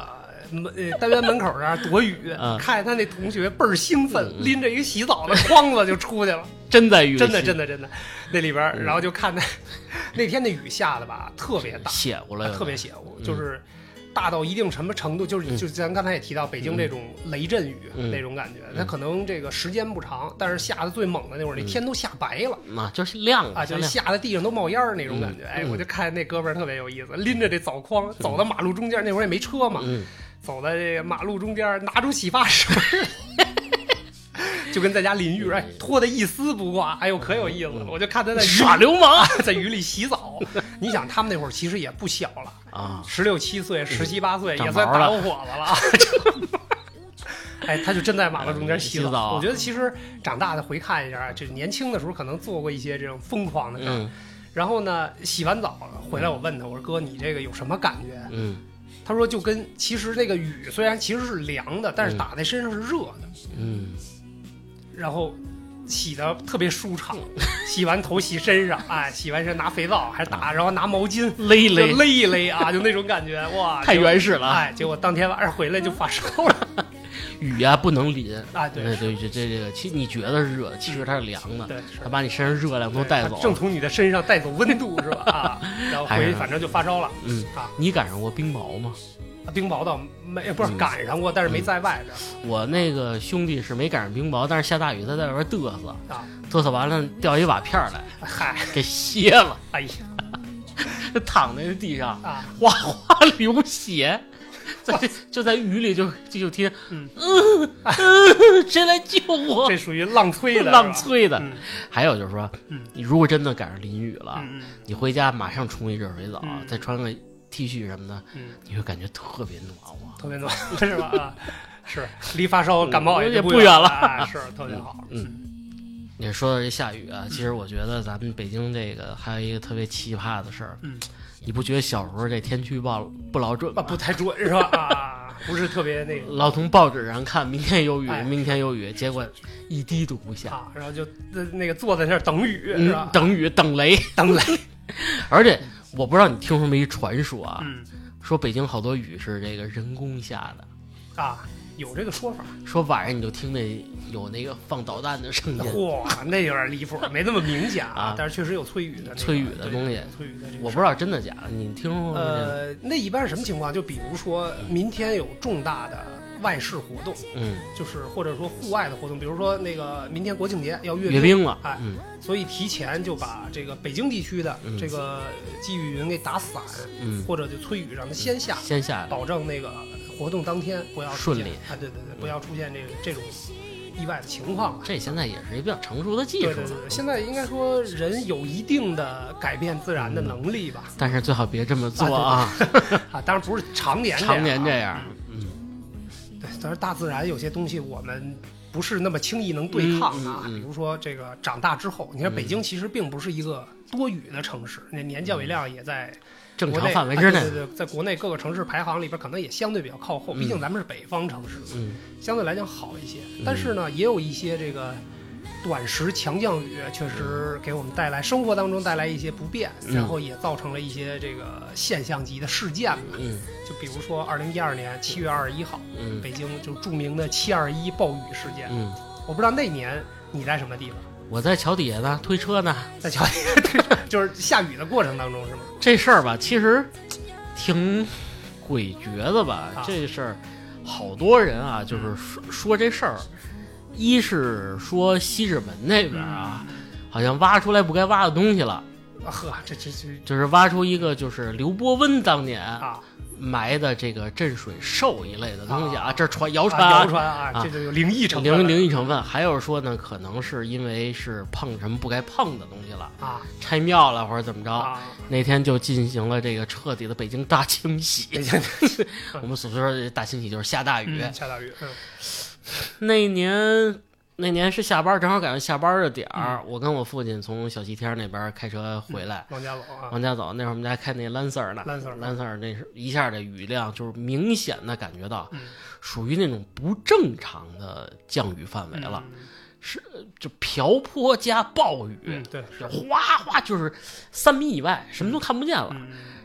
门呃单元门口那儿躲雨， 嗯、 看见他那同学倍儿兴奋，嗯、拎着一个洗澡的筐子就出去了， 真在雨里， 真的真的真的，那里边、嗯、然后就看那那天那雨下的吧特别大， 血乎了， 特别血乎，嗯、就是大到一定什么程度，就是、嗯、就是咱刚才也提到北京这种雷阵雨、嗯、那种感觉，它、嗯、可能这个时间不长，但是下的最猛的那会儿，那天都下白了， 啊、嗯，就是亮了啊，就是下的地上都冒烟儿那种感觉。嗯、哎，我就看那哥们儿特别有意思，拎着这澡筐走到马路中间，那会儿也没车嘛， 嗯、 走在这个马路中间，拿出洗发水。就跟在家淋浴，哎，脱的一丝不挂，哎呦，可有意思了！我就看他在耍流氓， 在雨里洗澡。你想，他们那会儿其实也不小了啊， 十六七岁、十七八岁，也算大小伙子了。哎，他就真在马路中间洗澡。 洗澡我觉得其实长大的回看一下，这年轻的时候可能做过一些这种疯狂的事儿。 嗯、 然后呢，洗完澡回来，我问他，我说哥，你这个有什么感觉？ 嗯。 他说就跟其实那个雨虽然其实是凉的，但是打在身上是热的。 嗯。 然后洗的特别舒畅，洗完头洗身上，哎，洗完身拿肥皂还打，然后拿毛巾勒勒勒一勒啊，就那种感觉，哇， 太原始了。 哎，结果当天晚上回来就发烧了。 雨啊不能淋啊，对对对，这这这个，其实你觉得是热，其实它是凉的， 对， 它把你身上热量都带走， 正从你的身上带走温度是吧？啊，然后回反正就发烧了。 嗯啊， 你赶上过冰雹吗？ 冰雹倒没，不是赶上过，但是没在外边、 嗯。我那个兄弟是没赶上冰雹，但是下大雨他在外边嘚瑟啊， 嘚瑟完了掉一瓦片来， 嗨， 给歇了。 哎呀， 躺在地上啊， 哗哗流血，在就在雨里就就就听， 嗯嗯嗯，谁来救我？ 这属于浪催的， 浪催的。 嗯、 还有就是说， 嗯、 你如果真的赶上淋雨了， 嗯、 你回家马上冲一热水澡， 嗯、 再穿个 T 恤什么的， 嗯， 你会感觉特别暖和， 特别暖和，是吧？啊，是离发烧感冒也不远了， 啊、是特别好。 嗯，你说到这下雨啊，其实我觉得咱们北京这个还有一个特别奇葩的事儿， 嗯， 你不觉得小时候这天气预报不老准吗？ 不太准是吧？啊，不是特别那个。 老从报纸上看明天有雨， 哎、 明天有雨，结果一滴都不下， 啊、然后就那个坐在那儿等雨，是吧？ 嗯、等雨，等雷， 等雷， 而且我不知道你听说没一传说啊。 嗯， 说北京好多雨是这个人工下的啊，有这个说法。 说晚上你就听那有那个放导弹的声音， 嚯，那有点离谱，没那么明显啊， 但是确实有催雨的、那个、 催雨的东西， 催雨的这个。 我不知道真的假的，你听说过？ 呃，那一般是什么情况？就比如说明天有重大的外事活动， 嗯， 就是或者说户外的活动，比如说那个明天国庆节要阅阅兵了， 哎， 嗯， 所以提前就把这个北京地区的这个积雨云给打散， 嗯， 或者就催雨让它先下， 先下， 保证那个活动当天不要顺利啊，对对对，不要出现这个这种意外的情况。 这现在也是一个比较成熟的技术， 对对对，现在应该说人有一定的改变自然的能力吧， 嗯、但是最好别这么做啊！啊，当然不是常年常年这样， 嗯，对，但是大自然有些东西我们不是那么轻易能对抗啊。 嗯嗯嗯、 比如说这个长大之后，你看北京其实并不是一个多雨的城市，那、嗯、年教育量也在正常范围之内、 啊，对对对，在国内各个城市排行里边可能也相对比较靠后， 嗯、 毕竟咱们是北方城市， 嗯， 相对来讲好一些。但是呢，也有一些这个短时强降雨，确实给我们带来生活当中带来一些不便， 嗯、 然后也造成了一些这个现象级的事件吧。 嗯， 就比如说二零一二年七月二十一号， 嗯， 北京就著名的七二一暴雨事件。 嗯， 我不知道那年你在什么地方？ 我在桥底下呢，推车呢， 在桥底下推车，就是下雨的过程当中是吗？ 这事儿吧，其实挺诡谲的吧。 啊、 这事儿好多人啊，就是说说这事儿，一是说西直门那边啊， 嗯、 好像挖出来不该挖的东西了。 啊呵，这这这就是挖出一个就是刘伯温当年啊。 埋的这个镇水兽一类的东西啊， 啊这传谣传啊，谣传啊，啊这就有灵异成分， 灵灵异成分。还有说呢，可能是因为是碰什么不该碰的东西了啊， 拆庙了或者怎么着， 啊、 那天就进行了这个彻底的北京大清洗。我们所说的大清洗就是下大雨， 嗯、下大雨。嗯、 那年。那年是下班，正好赶上下班的点儿、 嗯。 我跟我父亲从小西天那边开车回来， 往家走啊， 往家走。那会儿我们家开那兰 Sir 呢， 兰 Sir， 兰 Sir 那是一下的雨量，就是明显的感觉到， 嗯、 属于那种不正常的降雨范围了， 嗯、 是就瓢泼加暴雨， 嗯、对， 哗哗就是三米以外什么都看不见了。 嗯、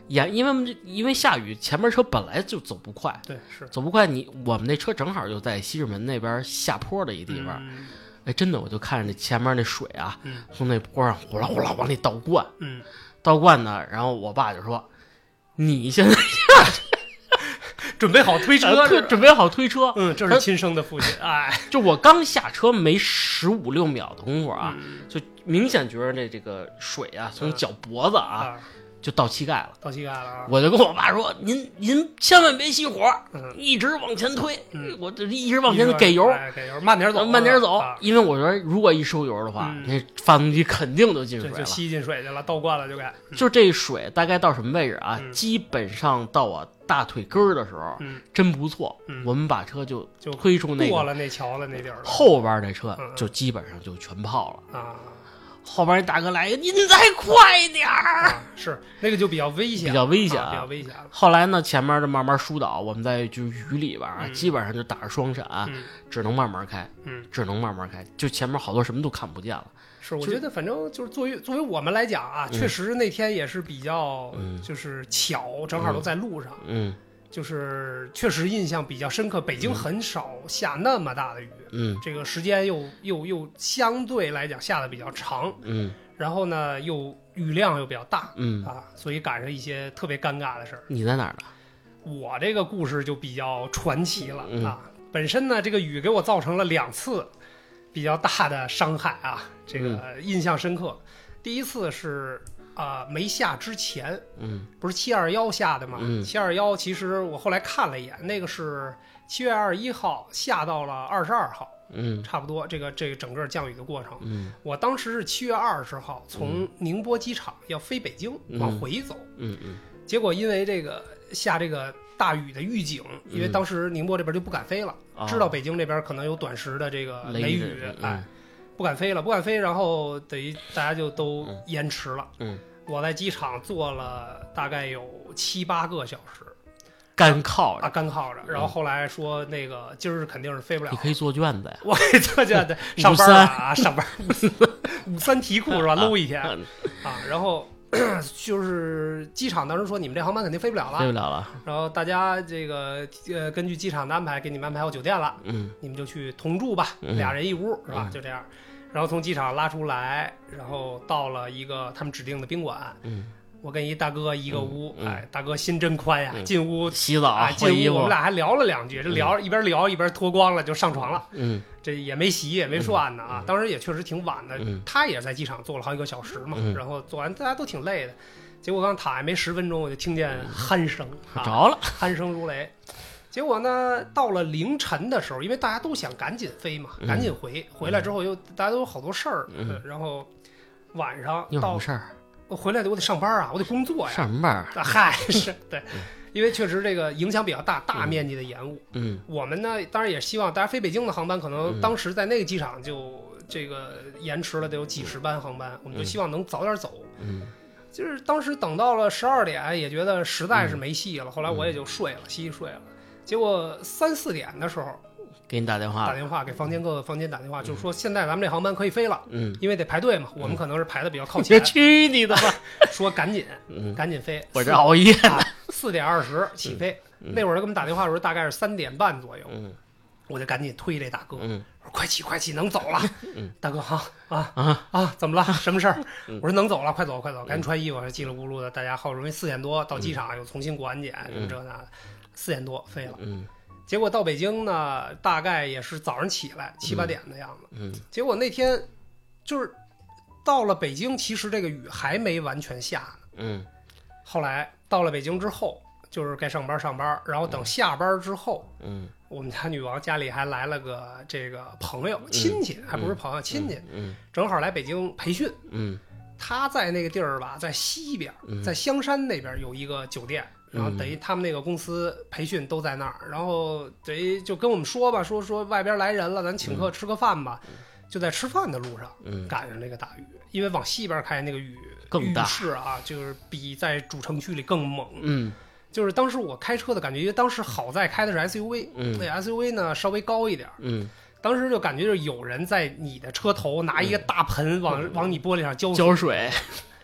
沿因为因为下雨，前面车本来就走不快， 对，是走不快。你我们那车正好就在西直门那边下坡的一地方， 嗯、 哎，真的我就看着那前面那水啊， 嗯、 从那坡上呼啦呼啦往里倒灌， 嗯， 倒灌呢，然后我爸就说：“你现在下去。” 准备好推车， 呃、准备好推车。 嗯，这是亲生的父亲。哎， 就我刚下车没十五六秒的功夫啊， 嗯、 就明显觉得这这个水啊，从脚脖子啊。嗯就到膝盖了， 到膝盖了啊！ 我就跟我爸说：“您您千万别熄火， 嗯、 一直往前推， 嗯、 我这一直往前给油， 哎、给油，慢点走， 慢点走。 啊、 因为我觉得如果一收油的话， 嗯、 那发动机肯定就进水了， 就吸进水去了，倒灌了就该。 嗯、就这水大概到什么位置啊？ 嗯、 基本上到我大腿根儿的时候， 嗯、 真不错。 嗯、 我们把车就就推出那个过了那桥了那地儿了， 后边那车嗯、 就基本上就全泡了啊。 后边大哥来一个，您再快点儿、 啊！是那个就比较危险， 比较危险、 啊，比较危险。 后来呢，前面的慢慢疏导，我们在就雨里边、 嗯、 基本上就打着双闪、 嗯， 只能慢慢开， 嗯， 只能慢慢开，就前面好多什么都看不见了。 是，我觉得反正就是作为作为我们来讲啊， 嗯、 确实那天也是比较， 嗯、 就是巧，正好都在路上， 嗯。 就是确实印象比较深刻，北京很少下那么大的雨， 嗯， 这个时间又又又相对来讲下的比较长， 嗯， 然后呢又雨量又比较大， 嗯啊，所以赶上一些特别尴尬的事儿。 你在哪儿呢？ 我这个故事就比较传奇了、 嗯、 啊，本身呢这个雨给我造成了两次比较大的伤害啊，这个印象深刻。嗯、第一次是。啊、呃，没下之前， 嗯， 不是七二幺下的吗？ 嗯， 七二幺其实我后来看了一眼，那个是七月二十一号下到了二十二号， 嗯， 差不多这个这个整个降雨的过程。 嗯， 我当时是七月二十号从宁波机场要飞北京、 嗯、 往回走， 嗯嗯， 结果因为这个下这个大雨的预警，因为当时宁波这边就不敢飞了， 嗯、 知道北京这边可能有短时的这个雷雨， 嗯、 哎，不敢飞了，不敢飞，然后等于大家就都延迟了， 嗯。嗯我在机场坐了大概有七八个小时， 干靠着啊，干靠着。然后后来说那个今儿肯定是飞不了， 你可以做卷子呀。 我可以做卷子，上班了啊，上班五三五三题库是吧？搂一天啊。然后就是机场当时说你们这航班肯定飞不了了， 飞不了了。 然后大家这个呃根据机场的安排给你们安排好酒店了， 嗯， 你们就去同住吧， 嗯、 俩人一屋是吧？ 嗯、 就这样。然后从机场拉出来，然后到了一个他们指定的宾馆。 嗯， 我跟一大哥一个屋， 嗯嗯、 哎，大哥心真宽呀！嗯、进屋洗澡、 啊，进屋我们俩还聊了两句，这聊、嗯、一边聊一边脱光了就上床了。 嗯， 这也没洗也没涮呢啊， 嗯、 当时也确实挺晚的。 嗯、 他也在机场坐了好几个小时嘛， 嗯、 然后做完大家都挺累的。结果刚躺下没十分钟，我就听见鼾声， 嗯啊、着了， 鼾声如雷。结果呢，到了凌晨的时候，因为大家都想赶紧飞嘛，赶紧回。嗯、回来之后又大家都有好多事儿， 嗯、 然后晚上有什么事儿？ 我回来我得上班啊，我得工作呀。 上什么班？ 啊、嗨，是对，因为确实这个影响比较大，大面积的延误。 嗯， 我们呢，当然也希望大家飞北京的航班，可能当时在那个机场就这个延迟了得有几十班航班，我们就希望能早点走。 嗯。 就是当时等到了十二点，也觉得实在是没戏了。嗯、后来我也就睡了，洗洗睡了。结果三四点的时候， 给你打电话， 打电话给房间各个房间打电话，嗯、就是说现在咱们这航班可以飞了， 嗯， 因为得排队嘛，我们可能是排的比较靠前。 去你的吧！ 说赶紧， 嗯、 赶紧飞， 我这熬夜呢。 四点二十起飞， 嗯、 那会儿他给我们打电话的时候大概是三点半左右， 嗯， 我就赶紧推这大哥， 嗯， 我说快起快起，能走了。 嗯， 大哥哈啊啊啊，怎么了？什么事儿？ 嗯、 我说能走了，快走快走，赶紧穿衣服，叽里咕噜的，大家好不容易四点多到机场，又重新过安检，什么这那的，四点多飞了。 嗯。 结果到北京呢，大概也是早上起来七八点的样子。 嗯， 结果那天就是到了北京，其实这个雨还没完全下呢。 嗯， 后来到了北京之后，就是该上班上班，然后等下班之后， 嗯， 我们家女王家里还来了个这个朋友亲戚，还不是朋友亲戚， 嗯， 正好来北京培训。 嗯， 他在那个地儿吧，在西边，在香山那边有一个酒店。然后等于他们那个公司培训都在那儿，然后等于就跟我们说吧，说说外边来人了，咱请客吃个饭吧。嗯、就在吃饭的路上， 嗯、 赶上这个大雨，因为往西边开那个雨更大， 雨势啊，就是比在主城区里更猛。 嗯， 就是当时我开车的感觉，因为当时好在开的是 S U V， 嗯， 那 S U V 呢稍微高一点， 嗯， 当时就感觉就是有人在你的车头拿一个大盆往、嗯、往你玻璃上浇浇水。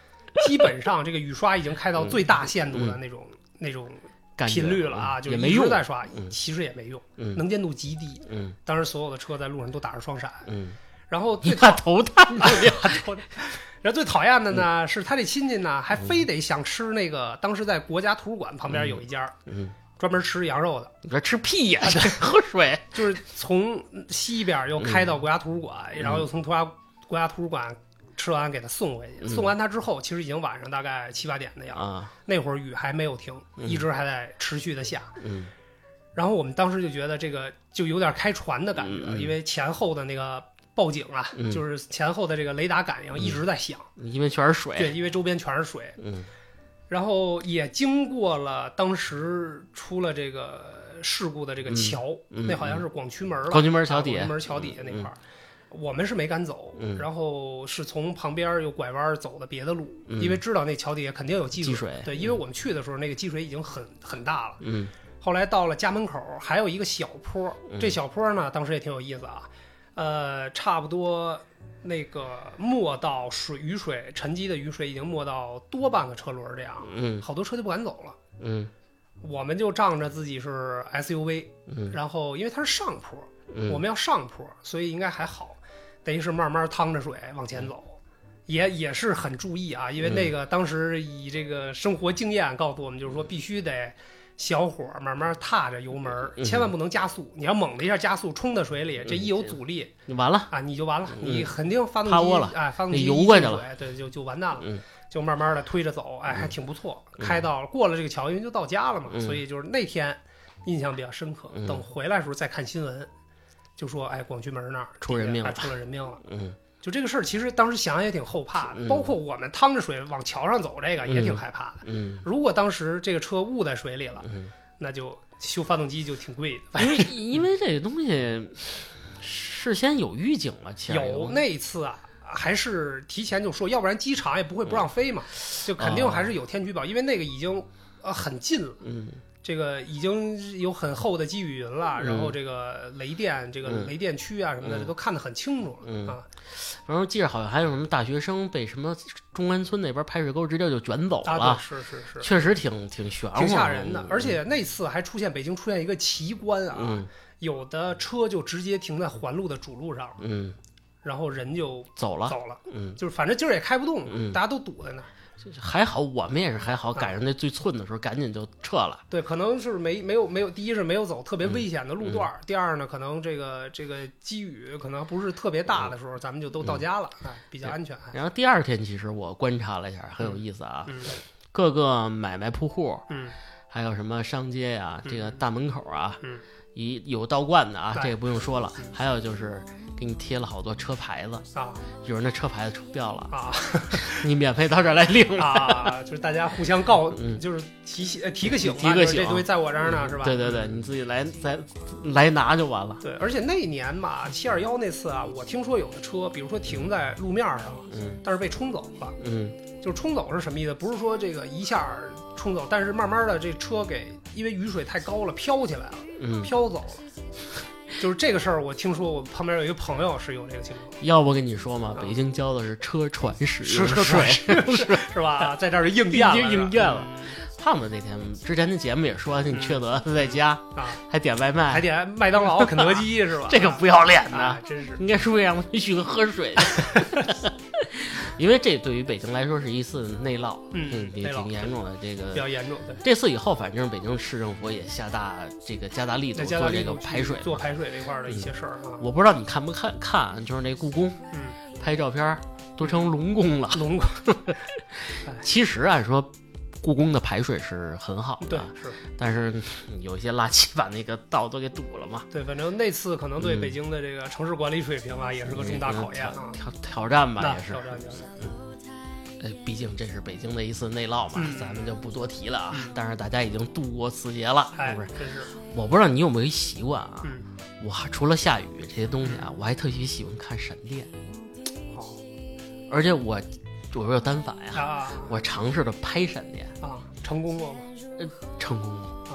基本上这个雨刷已经开到最大限度的那种、嗯、那种频率了啊，就一直在刷， 嗯、 其实也没用， 嗯、 能见度极低。 嗯， 当时所有的车在路上都打着双闪。 嗯， 然后最怕头烫， 头烫。然后最讨厌的呢、嗯、是他这亲戚呢，还非得想吃那个，当时在国家图书馆旁边有一家， 嗯， 专门吃羊肉的。 你说吃屁呀、啊？喝水。 就是从西边又开到国家图书馆， 嗯、 然后又从国家国家图书馆吃完给他送回去。 嗯、 送完他之后，其实已经晚上大概七八点的样子。 啊， 那会儿雨还没有停， 嗯、 一直还在持续的下。 嗯， 然后我们当时就觉得这个就有点开船的感觉， 嗯、 因为前后的那个。报警啊、 嗯， 就是前后的这个雷达感应一直在响、 嗯，因为全是水。 对，因为周边全是水。 嗯， 然后也经过了当时出了这个事故的这个桥， 嗯、 那好像是广渠门了， 广渠门桥底下， 广渠门桥底下那块儿、嗯，我们是没敢走、 嗯， 然后是从旁边又拐弯走的别的路、 嗯， 因为知道那桥底下肯定有积水。 积水， 对，因为我们去的时候那个积水已经很很大了。 嗯， 后来到了家门口还有一个小坡， 嗯、 这小坡呢，当时也挺有意思啊。呃，差不多那个没到水雨水沉积的雨水已经没到多半个车轮这样， 嗯， 好多车就不敢走了， 嗯， 我们就仗着自己是 S U V， 嗯， 然后因为它是上坡， 嗯， 我们要上坡，所以应该还好，等于是慢慢趟着水往前走，也也是很注意啊，因为那个当时以这个生活经验告诉我们，就是说必须得。小火慢慢踏着油门、嗯，千万不能加速。你要猛的一下加速冲到水里，这一有阻力， 你、嗯、完了啊，你就完了， 嗯、 你肯定发动机了， 哎，发动机油过去了， 对，就就完蛋了。 嗯， 就慢慢的推着走，哎，还挺不错。 嗯、 开到过了这个桥，因为就到家了嘛， 嗯、 所以就是那天印象比较深刻。 嗯、 等回来的时候再看新闻，就说哎，广渠门那儿出人命了， 出了人命了。 嗯。 就这个事儿，其实当时想也挺后怕的、 嗯， 包括我们趟着水往桥上走，这个也挺害怕的。 嗯， 如果当时这个车误在水里了， 嗯， 那就修发动机就挺贵的。 因为因为这个东西事先有预警了，其实有那一次啊，还是提前就说，要不然机场也不会不让飞嘛， 嗯、 就肯定还是有天气预报、哦，因为那个已经呃很近了。 嗯。 这个已经有很厚的积雨云了、嗯，然后这个雷电，这个雷电区啊什么的，这、嗯、都看得很清楚了、 嗯、 啊。 然后记着好像还有什么大学生被什么中关村那边排水沟直接就卷走了， 啊、是是是， 确实挺挺悬乎， 挺吓人的。而且那次还出现北京出现一个奇观啊， 嗯、 有的车就直接停在环路的主路上， 嗯， 然后人就走了走了， 嗯， 就是反正今儿也开不动， 嗯、 大家都堵在那儿。 还好我们也是还好，赶上那最寸的时候，赶紧就撤了。 对，可能是没没有没有，第一是没有走特别危险的路段、嗯，第二呢，可能这个这个积雨可能不是特别大的时候，嗯、咱们就都到家了，哎、嗯，比较安全。 然后第二天，其实我观察了一下，很有意思啊， 嗯、 各个买卖铺户， 嗯， 还有什么商街呀、啊嗯， 这个大门口啊， 嗯， 一有道观的啊， 嗯、 这个不用说了， 嗯、 还有就是给你贴了好多车牌子啊， 有人的车牌子出标了啊， 你免费到这儿来领啊，就是大家互相告， 嗯、 就是提醒、呃、提个醒， 提个醒， 这东西在我这儿呢， 嗯、 是吧？ 对对对，你自己来再来拿就完了。 对，而且那年嘛，七二幺那次啊，我听说有的车，比如说停在路面上， 嗯， 但是被冲走了， 嗯， 就是冲走是什么意思？不是说这个一下冲走，但是慢慢的这车给因为雨水太高了飘起来了， 嗯， 飘走了。就是这个事儿，我听说我旁边有一个朋友是有这个情况。 要不跟你说嘛，北京交的是车船使用税，是是吧？在这儿应验了， 应验了。胖子那天之前的节目也说，你缺德在家啊， 还点外卖， 还点麦当劳、肯德基是吧？ 这个不要脸的， 啊、真是应该是为让他去喝水的。因为这对于北京来说是一次内涝， 嗯， 也挺严重的。这个比较严重。对， 这次以后，反正北京市政府也下大这个加大力度做这个排水， 做排水这块的一些事儿啊。 我不知道你看不看看，就是那故宫， 嗯， 拍照片都成龙宫了。 龙宫。 其实按说，故宫的排水是很好的， 对，是。 但是有些垃圾把那个道都给堵了嘛。 对，反正那次可能对北京的这个城市管理水平啊，嗯、也是个重大考验啊， 挑挑战吧，也是。 挑战挑战。嗯。 呃，毕竟这是北京的一次内涝嘛， 嗯、 咱们就不多提了啊。 嗯、 但是大家已经度过此节了， 哎、 是不是？ 真是。 我不知道你有没有一习惯啊？ 嗯。 我除了下雨这些东西啊，我还特别喜欢看闪电。 好、哦。 而且我，我有单反呀、 啊， 我尝试着拍闪电啊，成功过吗？ 呃，成功过。 啊， 哎，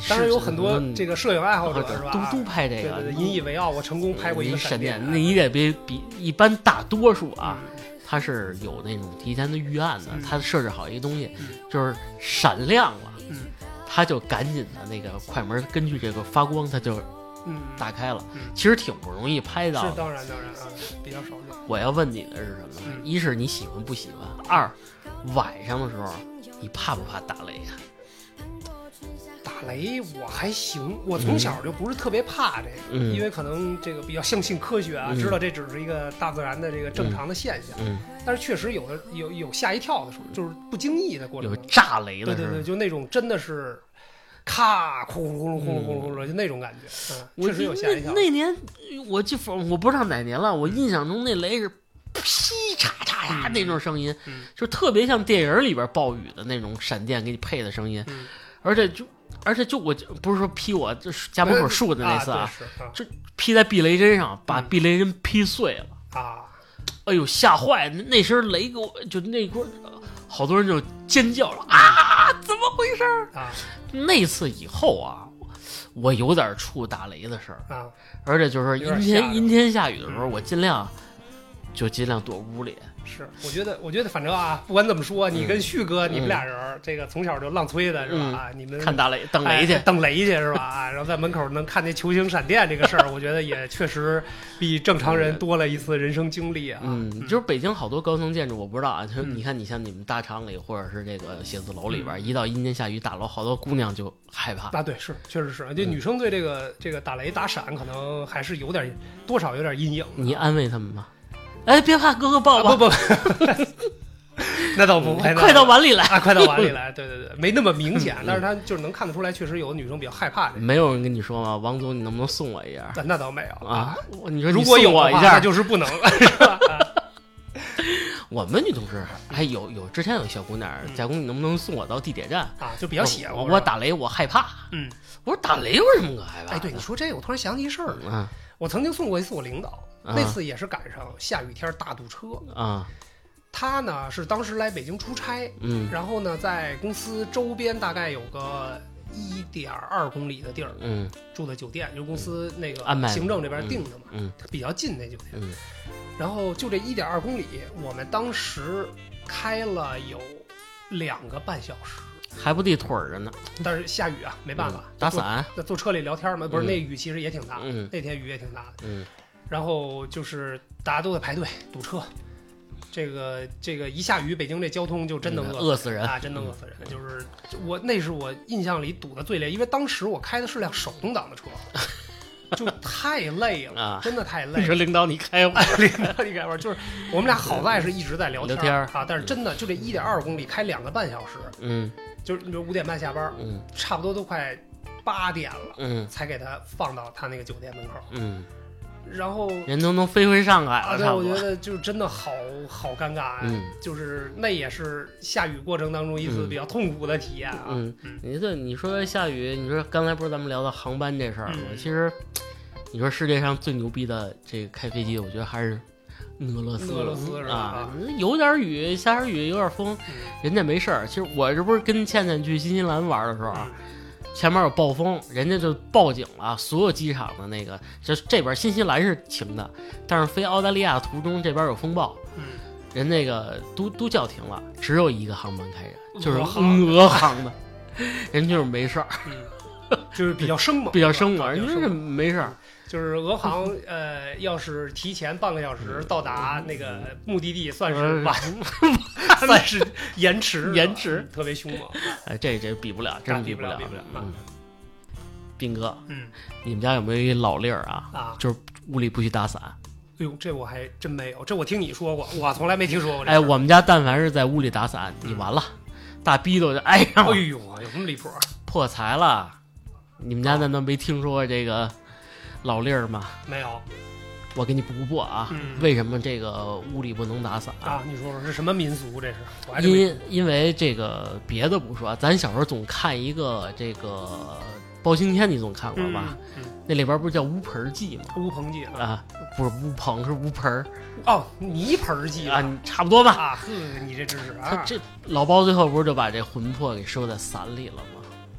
当然有很多这个摄影爱好者是吧？ 都都拍这个， 对对对，引以为傲。我成功拍过一个闪电， 那你得比比一般大多数啊，它是有那种提前的预案的，它设置好一个东西，就是闪亮了，它就赶紧的那个快门根据这个发光，它就打开了。其实挺不容易拍到的， 是当然当然啊，比较少见。 我要问你的是什么？一是你喜欢不喜欢？二，晚上的时候你怕不怕打雷呀？ 打雷我还行，我从小就不是特别怕这个， 嗯、 因为可能这个比较相信科学啊，嗯、知道这只是一个大自然的这个正常的现象。 嗯， 但是确实有的有有吓一跳的时候，就是不经意的过程， 有炸雷的时候， 对对对，就那种真的是咔呼噜呼噜呼噜呼噜呼噜，就那种感觉，嗯，确实有吓一跳。 那年我就我不知道哪年了，我印象中那雷是噼嚓嚓呀那种声音， 嗯、 就特别像电影里边暴雨的那种闪电给你配的声音， 嗯、 而且就。而且就我不是说劈我就是家门口树的那次啊， 啊就劈在避雷针上，把避雷针劈碎了啊！ 哎呦，吓坏！那声雷给我就那锅，好多人就尖叫了啊！怎么回事啊？ 那次以后啊，我有点触打雷的事儿啊， 而且就是阴天阴天下雨的时候，我尽量就尽量躲屋里。 是，我觉得，我觉得反正啊，不管怎么说，你跟旭哥，嗯、你们俩人、嗯、这个从小就浪催的是吧？ 嗯啊，你们看打雷、等雷去、 哎、等雷去是吧？啊，然后在门口能看见球形闪电这个事儿，我觉得也确实比正常人多了一次人生经历啊。 嗯，就是北京好多高层建筑，我不知道啊，就是你看，你像你们大厂里或者是这个写字楼里边，嗯、一到阴天下雨大楼，好多姑娘就害怕。 啊，对，是，确实是，就女生对这个、嗯、这个打雷打闪可能还是有点多少有点阴影。 你安慰他们吗？哎，别怕，哥哥抱抱。 啊、不不，那倒不会， 快到碗里来啊！快到碗里来，对对对，没那么明显，嗯、但是他就是能看得出来，确实有的女生比较害怕这个。 没有人跟你说吗？王总，你能不能送我一下？ 那那倒没有啊。你说如果有我一下， 那就是不能了，是吧？ 我们女同事还有有之前有小姑娘，贾工，你能不能送我到地铁站啊？就比较邪乎。 我打雷我害怕。 嗯， 我说打雷有什么可害怕？ 哎，对，你说这个，我突然想起一事儿。 嗯， 我曾经送过一次我领导。那次也是赶上下雨天大堵车啊， 他呢是当时来北京出差， 嗯， 然后呢在公司周边大概有个一点二公里的地儿， 嗯， 住的酒店，就是公司那个安排行政这边定的嘛， 嗯， 比较近那酒店， 嗯， 然后就这一点二公里，我们当时开了有两个半小时。 还不地腿着呢， 但是下雨啊，没办法， 嗯、打伞， 在坐车里聊天嘛，不是、 嗯、 那雨其实也挺大的， 嗯、 那天雨也挺大的， 嗯。 然后就是大家都在排队堵车，这个这个一下雨，北京这交通就真能饿死人啊，真能饿死人。嗯、就是我那是我印象里堵的最累，因为当时我开的是辆手动挡的车，就太累了， 啊、 真的太累了。 你说领导你开我， 领导你开我，就是我们俩好在是一直在聊天聊天啊，但是真的就这一点二公里开两个半小时， 嗯， 就是你说五点半下班， 嗯， 差不多都快八点了， 嗯， 才给他放到他那个酒店门口， 嗯。 然后人都能飞回上海了， 啊！对，我觉得就真的好好尴尬啊！ 嗯， 就是那也是下雨过程当中一次比较痛苦的体验啊。 嗯，嗯你这你说下雨，你说刚才不是咱们聊到航班这事儿吗？ 嗯、 其实你说世界上最牛逼的这个开飞机，我觉得还是俄罗斯。 俄罗斯是吧？ 啊，有点雨，下点雨，有点风， 嗯、 人家没事儿。其实我这不是跟倩倩去新西兰玩的时候啊。 嗯前面有暴风，人家就报警了，所有机场的那个，就这边新西兰是晴的，但是飞澳大利亚途中这边有风暴， 嗯， 人那个都都叫停了，只有一个航班开着，就是俄航的，人就是没事儿， 嗯，就是比较生猛， 比较生猛，人就是没事儿。 就是俄航，呃，要是提前半个小时到达那个目的地，算是晚，算是延迟， 延迟， 特别凶猛。 哎，这这比不了，真比不了， 比不了。 嗯，斌哥， 嗯， 你们家有没有一老例儿啊？ 啊， 就是屋里不许打伞。 哎呦，这我还真没有，这我听你说过，我从来没听说过。 哎，我们家但凡是在屋里打伞，你完了，大逼斗就挨上了。 哎呦，有什么离谱？ 破财了！你们家难道没听说过这个？老例儿吗？ 没有， 我给你补补啊、 嗯。 为什么这个屋里不能打伞啊？你说说是什么民俗？这是我还因因为这个别的不说，咱小时候总看一个这个包青天，你总看过吧？ 嗯嗯、 那里边不是叫乌盆记吗？ 乌盆记啊，不是乌棚，是乌盆哦，泥盆记啊，差不多吧？ 啊，呵，你这知识啊！ 他这老包最后不是就把这魂魄给收在伞里了吗？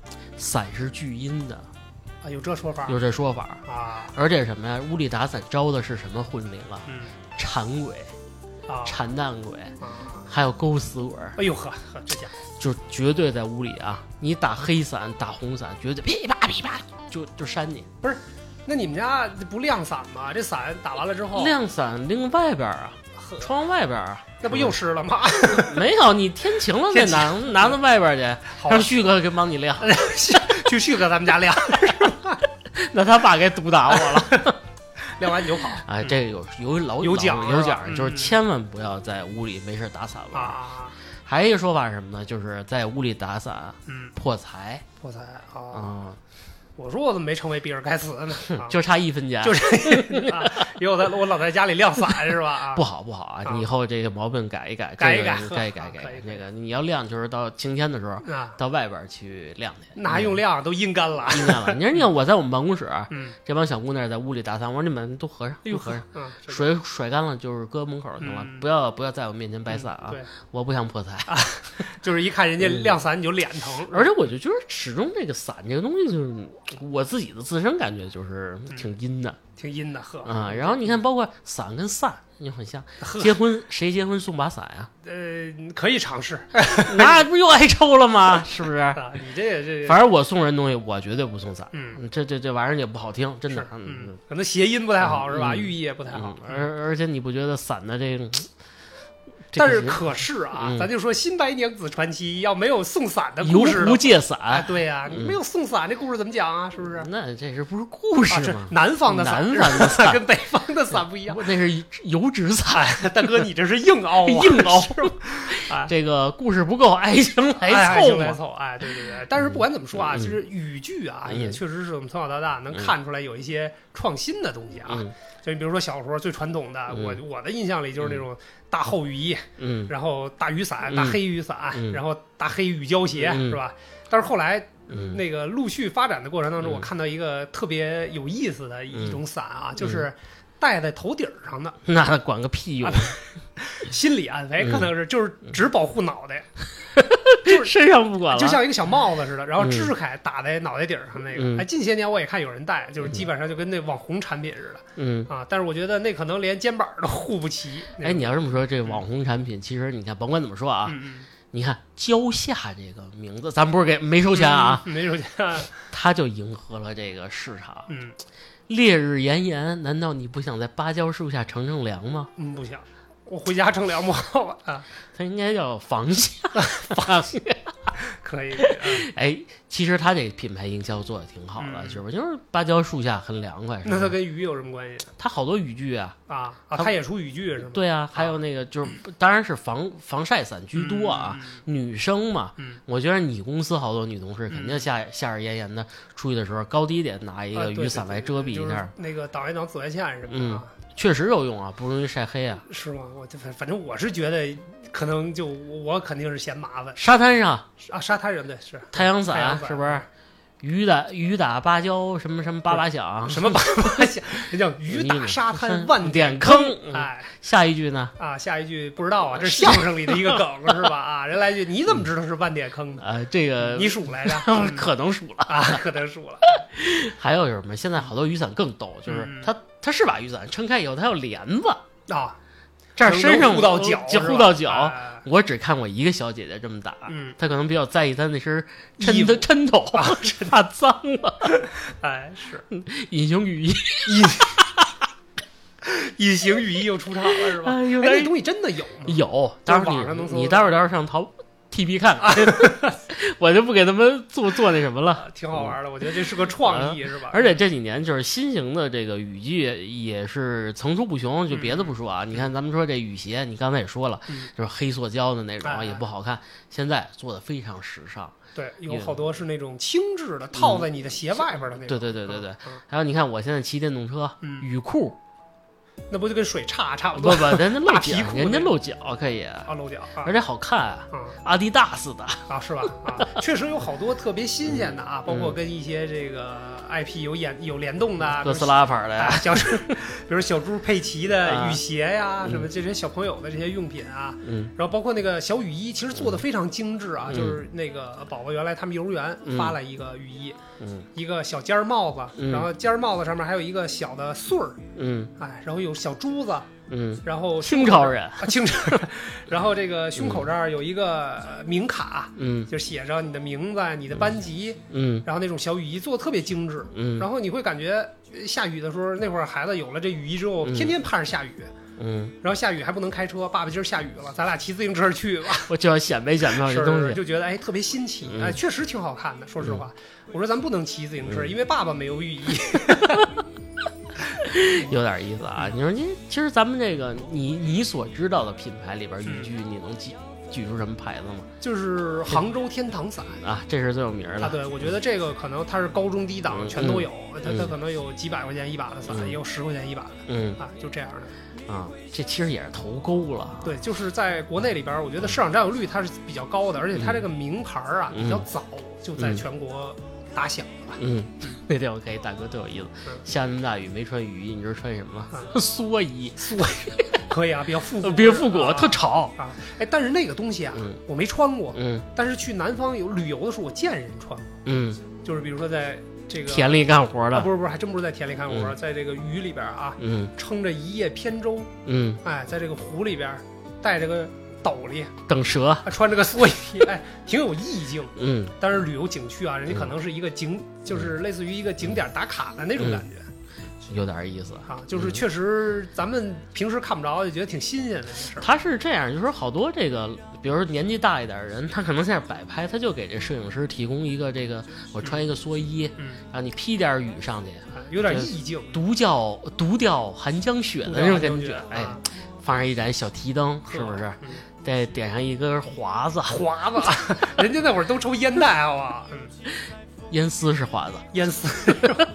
伞是聚阴的。 啊，有这说法？ 有这说法啊。 而且什么呀？屋里打伞招的是什么魂灵啊？ 嗯， 馋鬼。 啊， 馋蛋鬼， 啊， 还有勾死鬼。 哎呦呵呵，这家伙就绝对在屋里啊！你打黑伞、打红伞，绝对噼啪噼啪就就扇你。 不是，那你们家不晾伞吗？这伞打完了之后， 晾伞拎外边啊，窗外边啊， 那不又湿了吗？ 没有，你天晴了再拿拿到外边去，让旭哥给帮你晾， 去旭哥咱们家晾。 那他爸给毒打我了。 晾完你就跑啊！这个有有老有讲有讲， 嗯、 就是千万不要在屋里没事打伞了啊！ 还有一个说法是什么呢？就是在屋里打伞， 嗯， 破财， 破财啊！ 嗯， 我说我怎么没成为比尔盖茨呢？啊、 就差一分钱， 就这啊！因为我在我老在家里晾伞是吧？啊， 不好不好啊！你以后这个毛病改一改， 改一改， 改一改改。那个你要晾，就是到晴天的时候， 啊， 到外边去晾去。 那还用晾？都阴干了， 阴干了。你说你看我在我们办公室， 嗯， 这帮小姑娘在屋里打伞，我说你们都合上，都合上， 嗯， 水甩干了就是搁门口就行了，不要不要在我面前摆伞啊！ 对， 我不想破财啊，就是一看人家晾伞你就脸疼。 而且我就觉得始终这个伞这个东西，就是我自己的自身感觉就是挺阴的。 挺阴的，呵啊、嗯！然后你看，包括伞跟伞也很像。结婚谁结婚送把伞呀？ 呃，可以尝试。 那不又挨抽了吗？是不是？ 啊、你这个这个， 反正我送人东西，我绝对不送伞。 嗯， 这这这玩意儿也不好听，真的。 嗯，可能谐音不太好、嗯、是吧？寓意也不太好。 嗯、而而且你不觉得伞的这个？ 但是可是啊、 嗯， 咱就说《新白娘子传奇》要没有送伞的故事， 游湖借伞、 哎，对呀、啊， 嗯、 没有送伞这故事怎么讲啊？是不是？ 那这是不是故事吗？ 啊、南方的伞， 南方的伞跟北方的伞不一样， 那是油纸伞。 大哥，你这是硬凹、啊， 硬凹是吧？啊， 这个故事不够，爱情来凑， 爱情来凑，哎，对对对。但是不管怎么说啊， 嗯、 其实语句啊， 嗯、 也确实是我们从小到大能看出来有一些创新的东西啊。 嗯就你比如说小时候最传统的， 嗯、 我我的印象里就是那种大厚雨衣， 嗯， 然后大雨伞、 嗯、 大黑雨伞、 嗯， 然后大黑雨胶鞋， 嗯、 是吧？但是后来、 嗯、 那个陆续发展的过程当中， 嗯、 我看到一个特别有意思的一种伞啊， 嗯、 就是戴在头顶上的。 那管个屁用！ 心理安慰可能是就是只保护脑袋。 就是身上不管了， 就像一个小帽子似的，然后支开打在脑袋顶上那个。 嗯、 哎，近些年我也看有人戴，就是基本上就跟那网红产品似的。 嗯啊，但是我觉得那可能连肩膀都护不齐。 哎，你要这么说，这网红产品其实你看，甭管怎么说啊， 嗯、 你看蕉下这个名字，咱不是给没收钱啊， 嗯、没收钱， 它就迎合了这个市场。 嗯， 烈日炎炎，难道你不想在芭蕉树下乘乘凉吗？ 嗯，不想。我回家乘凉不好啊， 它应该叫防夏，防夏可以。嗯、 哎，其实它这个品牌营销做的挺好的， 嗯、 是不是？就是芭蕉树下很凉快。 那它跟雨有什么关系？ 它好多雨具啊， 啊啊，它也出雨具是吗？ 对啊，还有那个就是，当然是防防晒伞居多啊。 嗯、 女生嘛， 嗯， 我觉得你公司好多女同事肯定夏、 嗯、 夏日炎炎的出去的时候，高低得拿一个雨伞来遮蔽一下， 啊、对对对就是、那个挡一挡紫外线什么的。 嗯确实有用啊，不容易晒黑啊。 是吗？我就反正我是觉得，可能就我肯定是嫌麻烦。 沙滩上啊，沙滩上对是太阳伞， 太阳伞是不是？雨打雨打芭蕉，什么什么叭叭响， 什么叭叭响？那叫雨打沙滩万点坑。哎， 下一句呢？ 啊，下一句不知道啊，这是相声里的一个梗是吧？啊，人来一句，你怎么知道是万点坑呢？ 啊，这个你数来着？ 可能数了啊，可能数了。 还有什么？现在好多雨伞更逗，就是它。它是把雨伞撑开以后，它有帘子啊， 这儿身上护到脚， 就护到脚。 哎、 我只看过一个小姐姐这么打， 嗯， 她可能比较在意她那身抻的抻头， 啊、 怕脏了。 哎，是隐形雨衣， 隐隐形雨衣又出场了是吧？ 哎， 哎那东西真的有吗？ 有，待会儿你你待会儿待会儿上淘。T P 看看，我就不给他们做做那什么了， 挺好玩的。我觉得这是个创意， 嗯、 是吧？ 而且这几年就是新型的这个雨具也是层出不穷。就别的不说啊， 嗯、 你看咱们说这雨鞋，你刚才也说了， 嗯、 就是黑塑胶的那种、 哎、 也不好看。现在做的非常时尚， 对，有好多是那种轻质的，套在你的鞋外边的那种。 对对对对对。 嗯、 还有你看，我现在骑电动车， 嗯、 雨裤。 那不就跟水差差不多？ 不不，人家露脚，人家露脚可以啊，露脚，啊、 而且好看啊， 嗯、 阿迪达斯的啊，是吧？啊，确实有好多特别新鲜的啊，包括跟一些这个 I P 有演有联动的， 哥斯拉牌的呀， 小猪，比如小猪佩奇的雨鞋呀，什么这些小朋友的这些用品啊， 嗯， 然后包括那个小雨衣，其实做的非常精致啊，就是那个宝宝原来他们幼儿园发了一个雨衣， 嗯， 一个小尖帽子，然后尖帽子上面还有一个小的穗儿， 嗯， 哎，然后有小珠子。 嗯， 然后清朝人啊，清朝人，然后这个胸口这儿有一个名卡， 嗯， 就写着你的名字、你的班级， 嗯， 然后那种小雨衣做的特别精致， 嗯， 然后你会感觉下雨的时候，那会儿孩子有了这雨衣之后，天天盼着下雨， 嗯， 然后下雨还不能开车，爸爸今儿下雨了，咱俩骑自行车去吧， 我就要显摆显摆这东西， 就觉得哎特别新奇，哎，确实挺好看的。说实话，我说咱不能骑自行车，因为爸爸没有雨衣。 有点意思啊！你说你其实咱们这个你你所知道的品牌里边雨具，你能举举出什么牌子吗？ 就是杭州天堂伞啊，这是最有名的啊。对，我觉得这个可能它是高中低档全都有， 嗯、 它它可能有几百块钱一把的伞， 嗯、 也有十块钱一把的， 嗯啊，就这样的。 啊，这其实也是投钩了。 对，就是在国内里边，我觉得市场占有率它是比较高的，而且它这个名牌啊、 嗯、 比较早就在全国打响了。 嗯，那天我看一大哥特有意思，嗯、下那么大雨没穿雨衣，你知道穿什么吗？ 嗯、 蓑衣， 蓑衣可以啊，比较复古， 比较复古， 啊、 特潮啊。哎，但是那个东西啊， 嗯、 我没穿过， 嗯， 但是去南方有旅游的时候，我见人穿过， 嗯， 就是比如说在这个田里干活的， 啊、不是不是，还真不是在田里干活， 嗯、 在这个雨里边啊， 嗯， 撑着一叶扁舟， 嗯， 哎，在这个湖里边带着个斗笠等蛇， 穿着个蓑衣，哎，挺有意境。 嗯， 但是旅游景区啊，人家可能是一个景，嗯、就是类似于一个景点打卡的那种感觉， 嗯、有点意思啊。就是确实咱们平时看不着，就觉得挺新鲜的事儿。 他是这样，就是说好多这个，比如说年纪大一点的人，他可能在这摆拍，他就给这摄影师提供一个这个，我穿一个蓑衣， 嗯， 然后你披点雨上去， 啊、有点意境， 独钓独钓寒江雪的那种感觉，哎。 啊放上一盏小提灯，是不是？ 嗯、 再点上一根华子， 华子，人家那会儿都抽烟袋，好吧？嗯， 烟丝是华子， 烟丝。可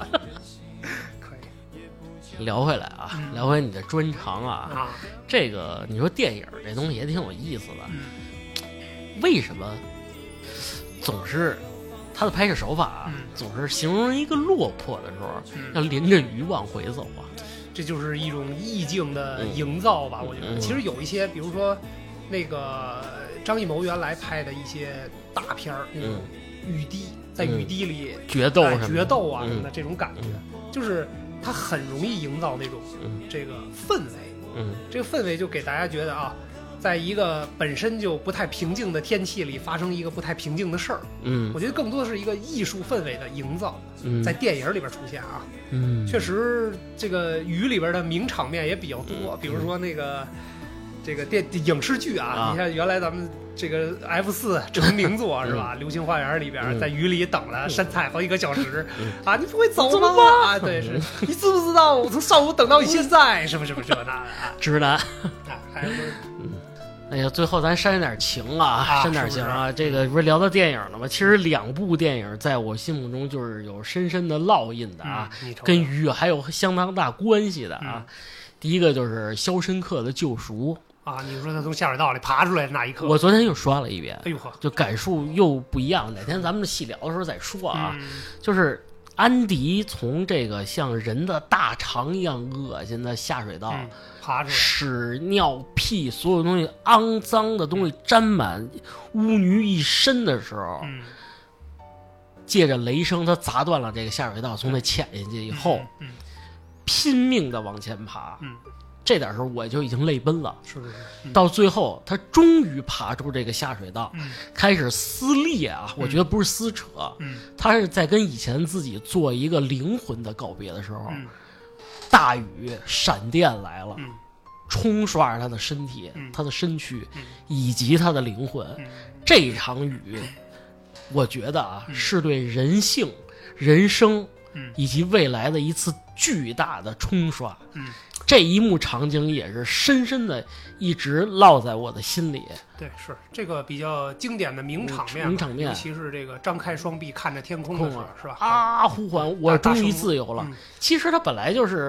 以。聊回来啊，嗯、聊回你的专长啊， 啊这个你说电影这东西也挺有意思的， 嗯、 为什么总是他的拍摄手法啊， 嗯、 总是形容一个落魄的时候， 嗯、 要淋着雨往回走啊？ 这就是一种意境的营造吧， 嗯、 我觉得。 嗯、 其实有一些，比如说那个张艺谋原来拍的一些大片儿，那种雨滴， 嗯、 在雨滴里决斗、 哎、决斗啊什么的， 嗯、 这种感觉， 嗯、 就是它很容易营造那种这个氛围。 嗯， 这个氛围就给大家觉得啊，在一个本身就不太平静的天气里发生一个不太平静的事儿。 嗯， 我觉得更多的是一个艺术氛围的营造， 嗯、在电影里边出现啊。 嗯， 确实，这个雨里边的名场面也比较多， 嗯、 比如说那个这个电影视剧啊，啊你看原来咱们这个 F 四成名作、嗯、是吧？《流星花园》里边、嗯、在雨里等了山菜好几个小时、嗯、啊，你不会走吗？啊，对，是你知不知道我从上午等到现在，什么什么这那的啊？ 直男啊，还是嗯。哎呀，最后咱煽点情啊， 啊煽点情啊！是是这个不是聊到电影了吗？其实两部电影在我心目中就是有深深的烙印的啊， 嗯、 跟雨还有相当大关系的啊。 嗯、 第一个就是《肖申克的救赎》 啊，你说他从下水道里爬出来的那一刻， 我昨天又刷了一遍， 哎呦呵， 就感受又不一样。哪天咱们细聊的时候再说啊。 嗯、 就是安迪从这个像人的大肠一样恶心的下水道。 嗯爬出来， 屎尿屁所有东西肮脏的东西沾满污泥一身的时候， 嗯、 借着雷声他砸断了这个下水道，从那潜进去以后、 嗯嗯、 拼命的往前爬、 嗯、 这点时候我就已经泪奔了。 是是是、嗯、 到最后他终于爬出这个下水道、 嗯、 开始撕裂啊、嗯、我觉得不是撕扯、 嗯、 他是在跟以前自己做一个灵魂的告别的时候、 嗯、 大雨闪电来了、 嗯， 冲刷着他的身体、 嗯、 他的身躯、 嗯、 以及他的灵魂、 嗯、 这场雨我觉得啊、 嗯、 是对人性人生、 嗯、 以及未来的一次巨大的冲刷、 嗯、 这一幕场景也是深深的一直烙在我的心里。 对，是这个比较经典的名场面， 名场面， 尤其是这个张开双臂看着天空的时候，是吧？ 啊，呼唤我终于自由了、 嗯、 其实他本来就是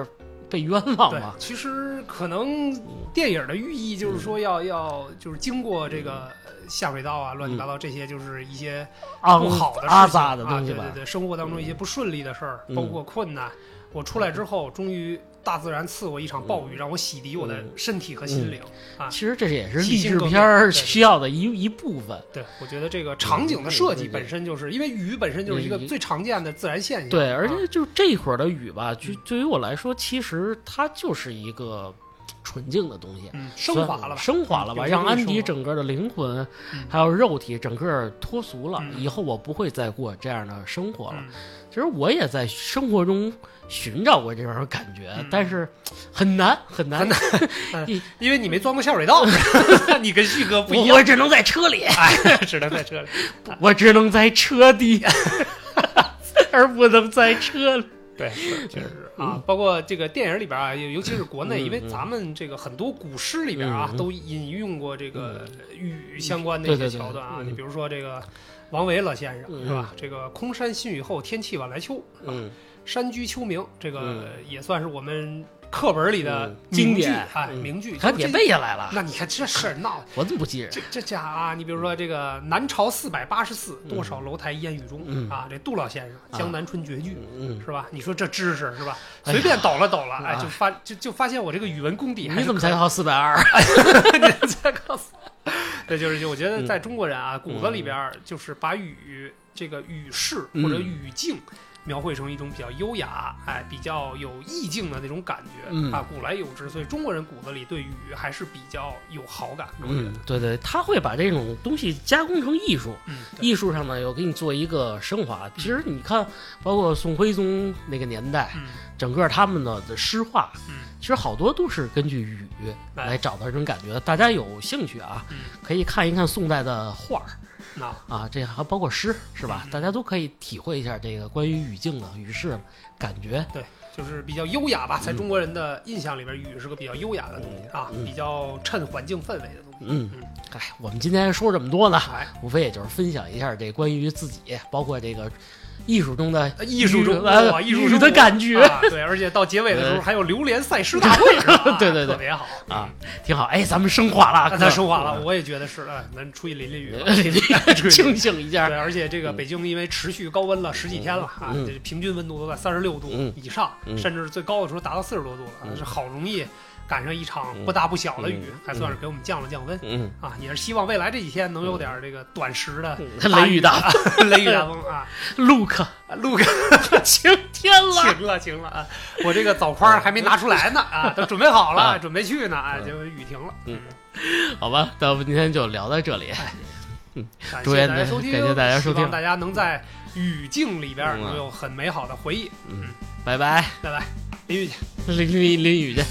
被冤枉嘛。 其实可能电影的寓意就是说要、嗯、要就是经过这个下水道啊、乱七八糟这些，就是一些不好的事情、 阿杂的东西吧、 啊。对对对，生活当中一些不顺利的事儿，嗯、包括困难。我出来之后，终于大自然赐我一场暴雨，嗯、让我洗涤我的身体和心灵、 嗯、 啊。 其实这也是励志片需要的一一部分。 对，我觉得这个场景的设计本身就是、嗯、因为雨本身就是一个最常见的自然现象。 对，而且就这会儿的雨吧，就对于我来说，其实它就是一个纯净的东西， 嗯，升华了吧， 升华了吧，让安迪整个的灵魂、嗯、还有肉体整个脱俗了、嗯。以后我不会再过这样的生活了。嗯、其实我也在生活中寻找过这种感觉、嗯，但是很难很难， 很难嗯、因为你没钻过下水道，你跟旭哥不一样， 我只能在车里， 哎，只能在车里， 我只能在车底，而不能在车里。 对，确实是啊，包括这个电影里边啊，尤其是国内，嗯、因为咱们这个很多古诗里边啊，嗯、都引用过这个雨相关的一些桥段啊。 对对对你比如说这个王维了先生、 嗯、 是吧？这个空山新雨后，天气晚来秋， 嗯， 山居秋暝，这个也算是我们课本里的经典， 哎，名句， 他也背下来了。 那你看这事儿闹， 我怎么不记着？ 这这家啊，你比如说这个南朝四百八十寺，多少楼台烟雨中、 嗯、 啊，这杜老先生《江南春》绝句、 嗯、 是吧？你说这知识是吧？随便抖了抖了，哎，哎就发就就发现我这个语文功底还是。 你怎么才考四百二？ 你才考四？对，就是我觉得在中国人啊、嗯、骨子里边，就是把语这个语势或者语境。嗯描绘成一种比较优雅，哎，比较有意境的那种感觉、 嗯、 啊，古来有之，所以中国人骨子里对雨还是比较有好感的。 嗯，对对，他会把这种东西加工成艺术， 嗯、 艺术上呢又给你做一个升华。其实你看，包括宋徽宗那个年代， 嗯、 整个他们的诗画， 嗯、 其实好多都是根据雨来找到这种感觉的。大家有兴趣啊， 嗯、 可以看一看宋代的画儿。 啊, 啊，这还包括诗是吧、嗯？大家都可以体会一下这个关于语境的语势感觉。 对，就是比较优雅吧，在中国人的印象里边，语是个比较优雅的东西、 嗯、 啊，比较衬环境氛围的东西。 嗯嗯，哎，我们今天说这么多呢， 哎、 无非也就是分享一下这关于自己，包括这个。艺术中的艺术中哇， 艺术中的感觉、 啊，对，而且到结尾的时候还有榴莲赛诗大会，是吧？ 对对对， 特别好啊，挺好。哎，咱们升华了， 咱升华了，我也觉得是，哎，咱出去淋淋雨， 淋淋雨，清醒一下。 对，而且这个北京因为持续高温了十几天了啊，这平均温度都在三十六度以上，甚至最高的时候达到四十多度了，是好容易。赶上一场不大不小的雨， 嗯、 还算是给我们降了降温。 嗯啊，也是希望未来这几天能有点这个短时的雷雨大风，雷雨大风啊。 Look Look， 晴天了， 晴了晴了啊！我这个枣筐还没拿出来呢啊，都准备好了，啊、准备去呢，哎，就雨停了。 嗯，好吧，那我们今天就聊到这里。 哎、 嗯， 感谢大家收听， 感谢大家收听， 希望大家能在语境里边能有很美好的回忆。 嗯，拜拜， 拜拜，淋雨去， 淋淋淋雨去。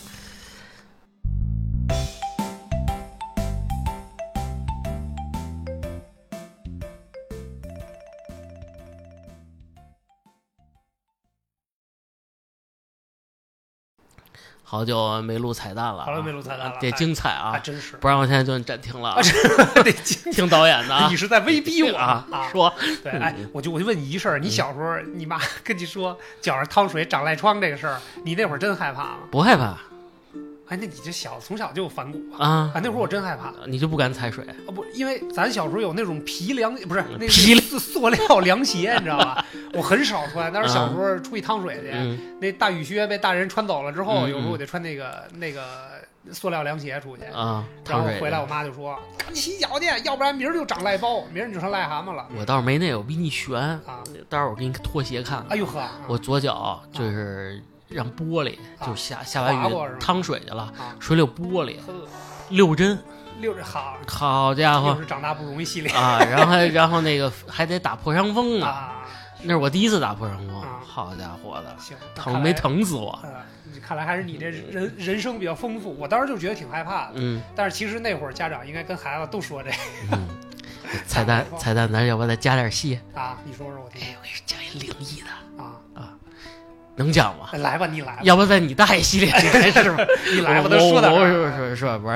好久没录彩蛋了， 好久没录彩蛋了， 得精彩啊！ 还真是， 不然我现在就暂停了。 得听导演的啊！ 你是在威逼我啊？说， 对，哎，我就我就问你一事儿，你小时候你妈跟你说脚上淌水长赖疮这个事儿，你那会儿真害怕吗？ 不害怕。 哎，那你这小从小就有反骨啊！ 啊，那会儿我真害怕， 你就不敢踩水啊？不，因为咱小时候有那种皮凉，不是那皮塑料凉鞋，你知道吧？我很少穿，但是小时候出去趟水去， 嗯、 那大雨靴被大人穿走了之后， 嗯、 有时候我得穿那个那个塑料凉鞋出去啊。 然后回来，我妈就说：“赶紧洗脚去，要不然明儿就长癞包，明儿你就成癞蛤蟆了。” 我倒是没那个，我比你悬啊！ 待会儿我给你脱鞋看。 哎呦呵， 我左脚就是。让玻璃就下、 啊、 下完雨趟水去了， 啊、 水里有玻璃，六针， 六针好， 好家伙， 是长大不容易系列啊！然后还然后那个还得打破伤风呢， 啊、 那是我第一次打破伤风， 啊、 好家伙的， 行， 疼没疼死我？ 呃、看来还是你这人人生比较丰富，我当时就觉得挺害怕的， 嗯， 但是其实那会儿家长应该跟孩子都说这个。 嗯彩蛋，彩蛋，咱要不再加点戏啊？你说说我听。 哎，我给你讲一灵异的啊啊。能讲吗？ 来吧，你来吧。 要不在你大爷系列里开始吧？ 你来吧，都说点。 我说说说，不然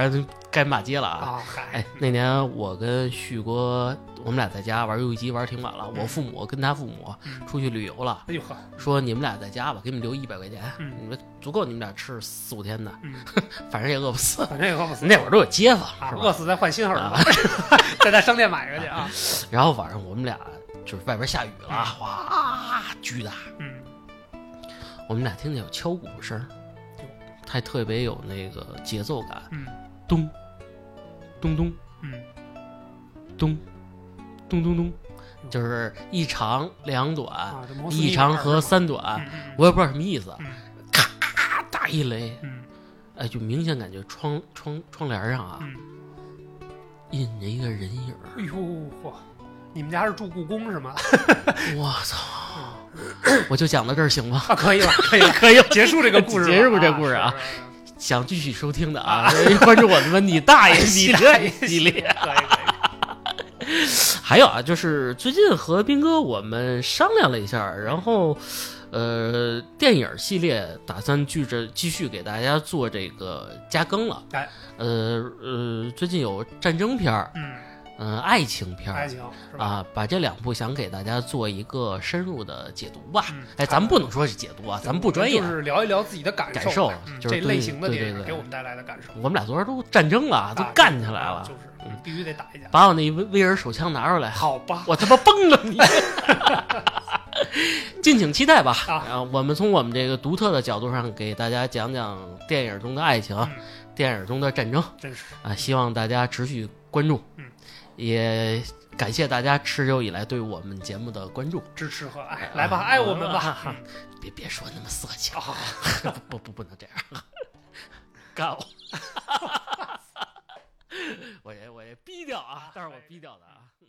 该骂街了啊！ 啊哎，那年我跟旭哥，我们俩在家玩游戏机玩挺晚了， 嗯、 我父母跟他父母出去旅游了， 哎呦呵， 说你们俩在家吧，给你们留一百块钱， 嗯、 你们足够你们俩吃四五天的， 嗯、 反正也饿不死， 反正也饿不死。 那会儿都有街坊， 啊、 是吧？ 饿死再换新号了，再在商店买个去啊。 然后晚上我们俩就是外边下雨了，哗，巨大， 嗯， 我们俩听见有敲鼓声，还特别有那个节奏感， 嗯， 咚，咚咚， 嗯， 咚，咚咚咚，就是一长两短， 啊、 一长和三短， 嗯嗯、 我也不知道什么意思， 嗯、 咔打一雷， 嗯， 哎，就明显感觉窗窗窗帘上啊， 嗯、 印着一个人影。 哎呦嚯！你们家是住故宫是吗？ 我操！我就讲到这儿行吗？ 啊，可以了，可以了， 可以了， 结束这个故事， 结束这故事啊！想继续收听的啊，关注我们你大爷系列系列。 可以可以。 还有啊，就是最近和斌哥我们商量了一下，然后呃，电影系列打算继着继续给大家做这个加更了。 哎， 呃呃，最近有战争片儿， 嗯。 嗯、呃，爱情片爱情是吧？ 啊，把这两部想给大家做一个深入的解读吧。 嗯、 哎，咱们不能说是解读啊，咱们不专业， 就是聊一聊自己的感受， 感受嗯、 就是这类型的电影对对对给我们带来的感受。 我们俩昨天都战争了，都干起来了， 就是、嗯、必须得打一架。 把我那威威尔手枪拿出来， 好吧， 我他妈崩了你！敬请期待吧。 啊， 然后我们从我们这个独特的角度上给大家讲讲电影中的爱情， 嗯、 电影中的战争， 真是啊，希望大家持续关注。 嗯。 也感谢大家持久以来对我们节目的关注、 支持和爱，来吧，爱我们吧！ 啊嗯、别别说那么色情， 哦、 不不不能这样，干我！我也我也逼掉啊，但是我逼掉的啊。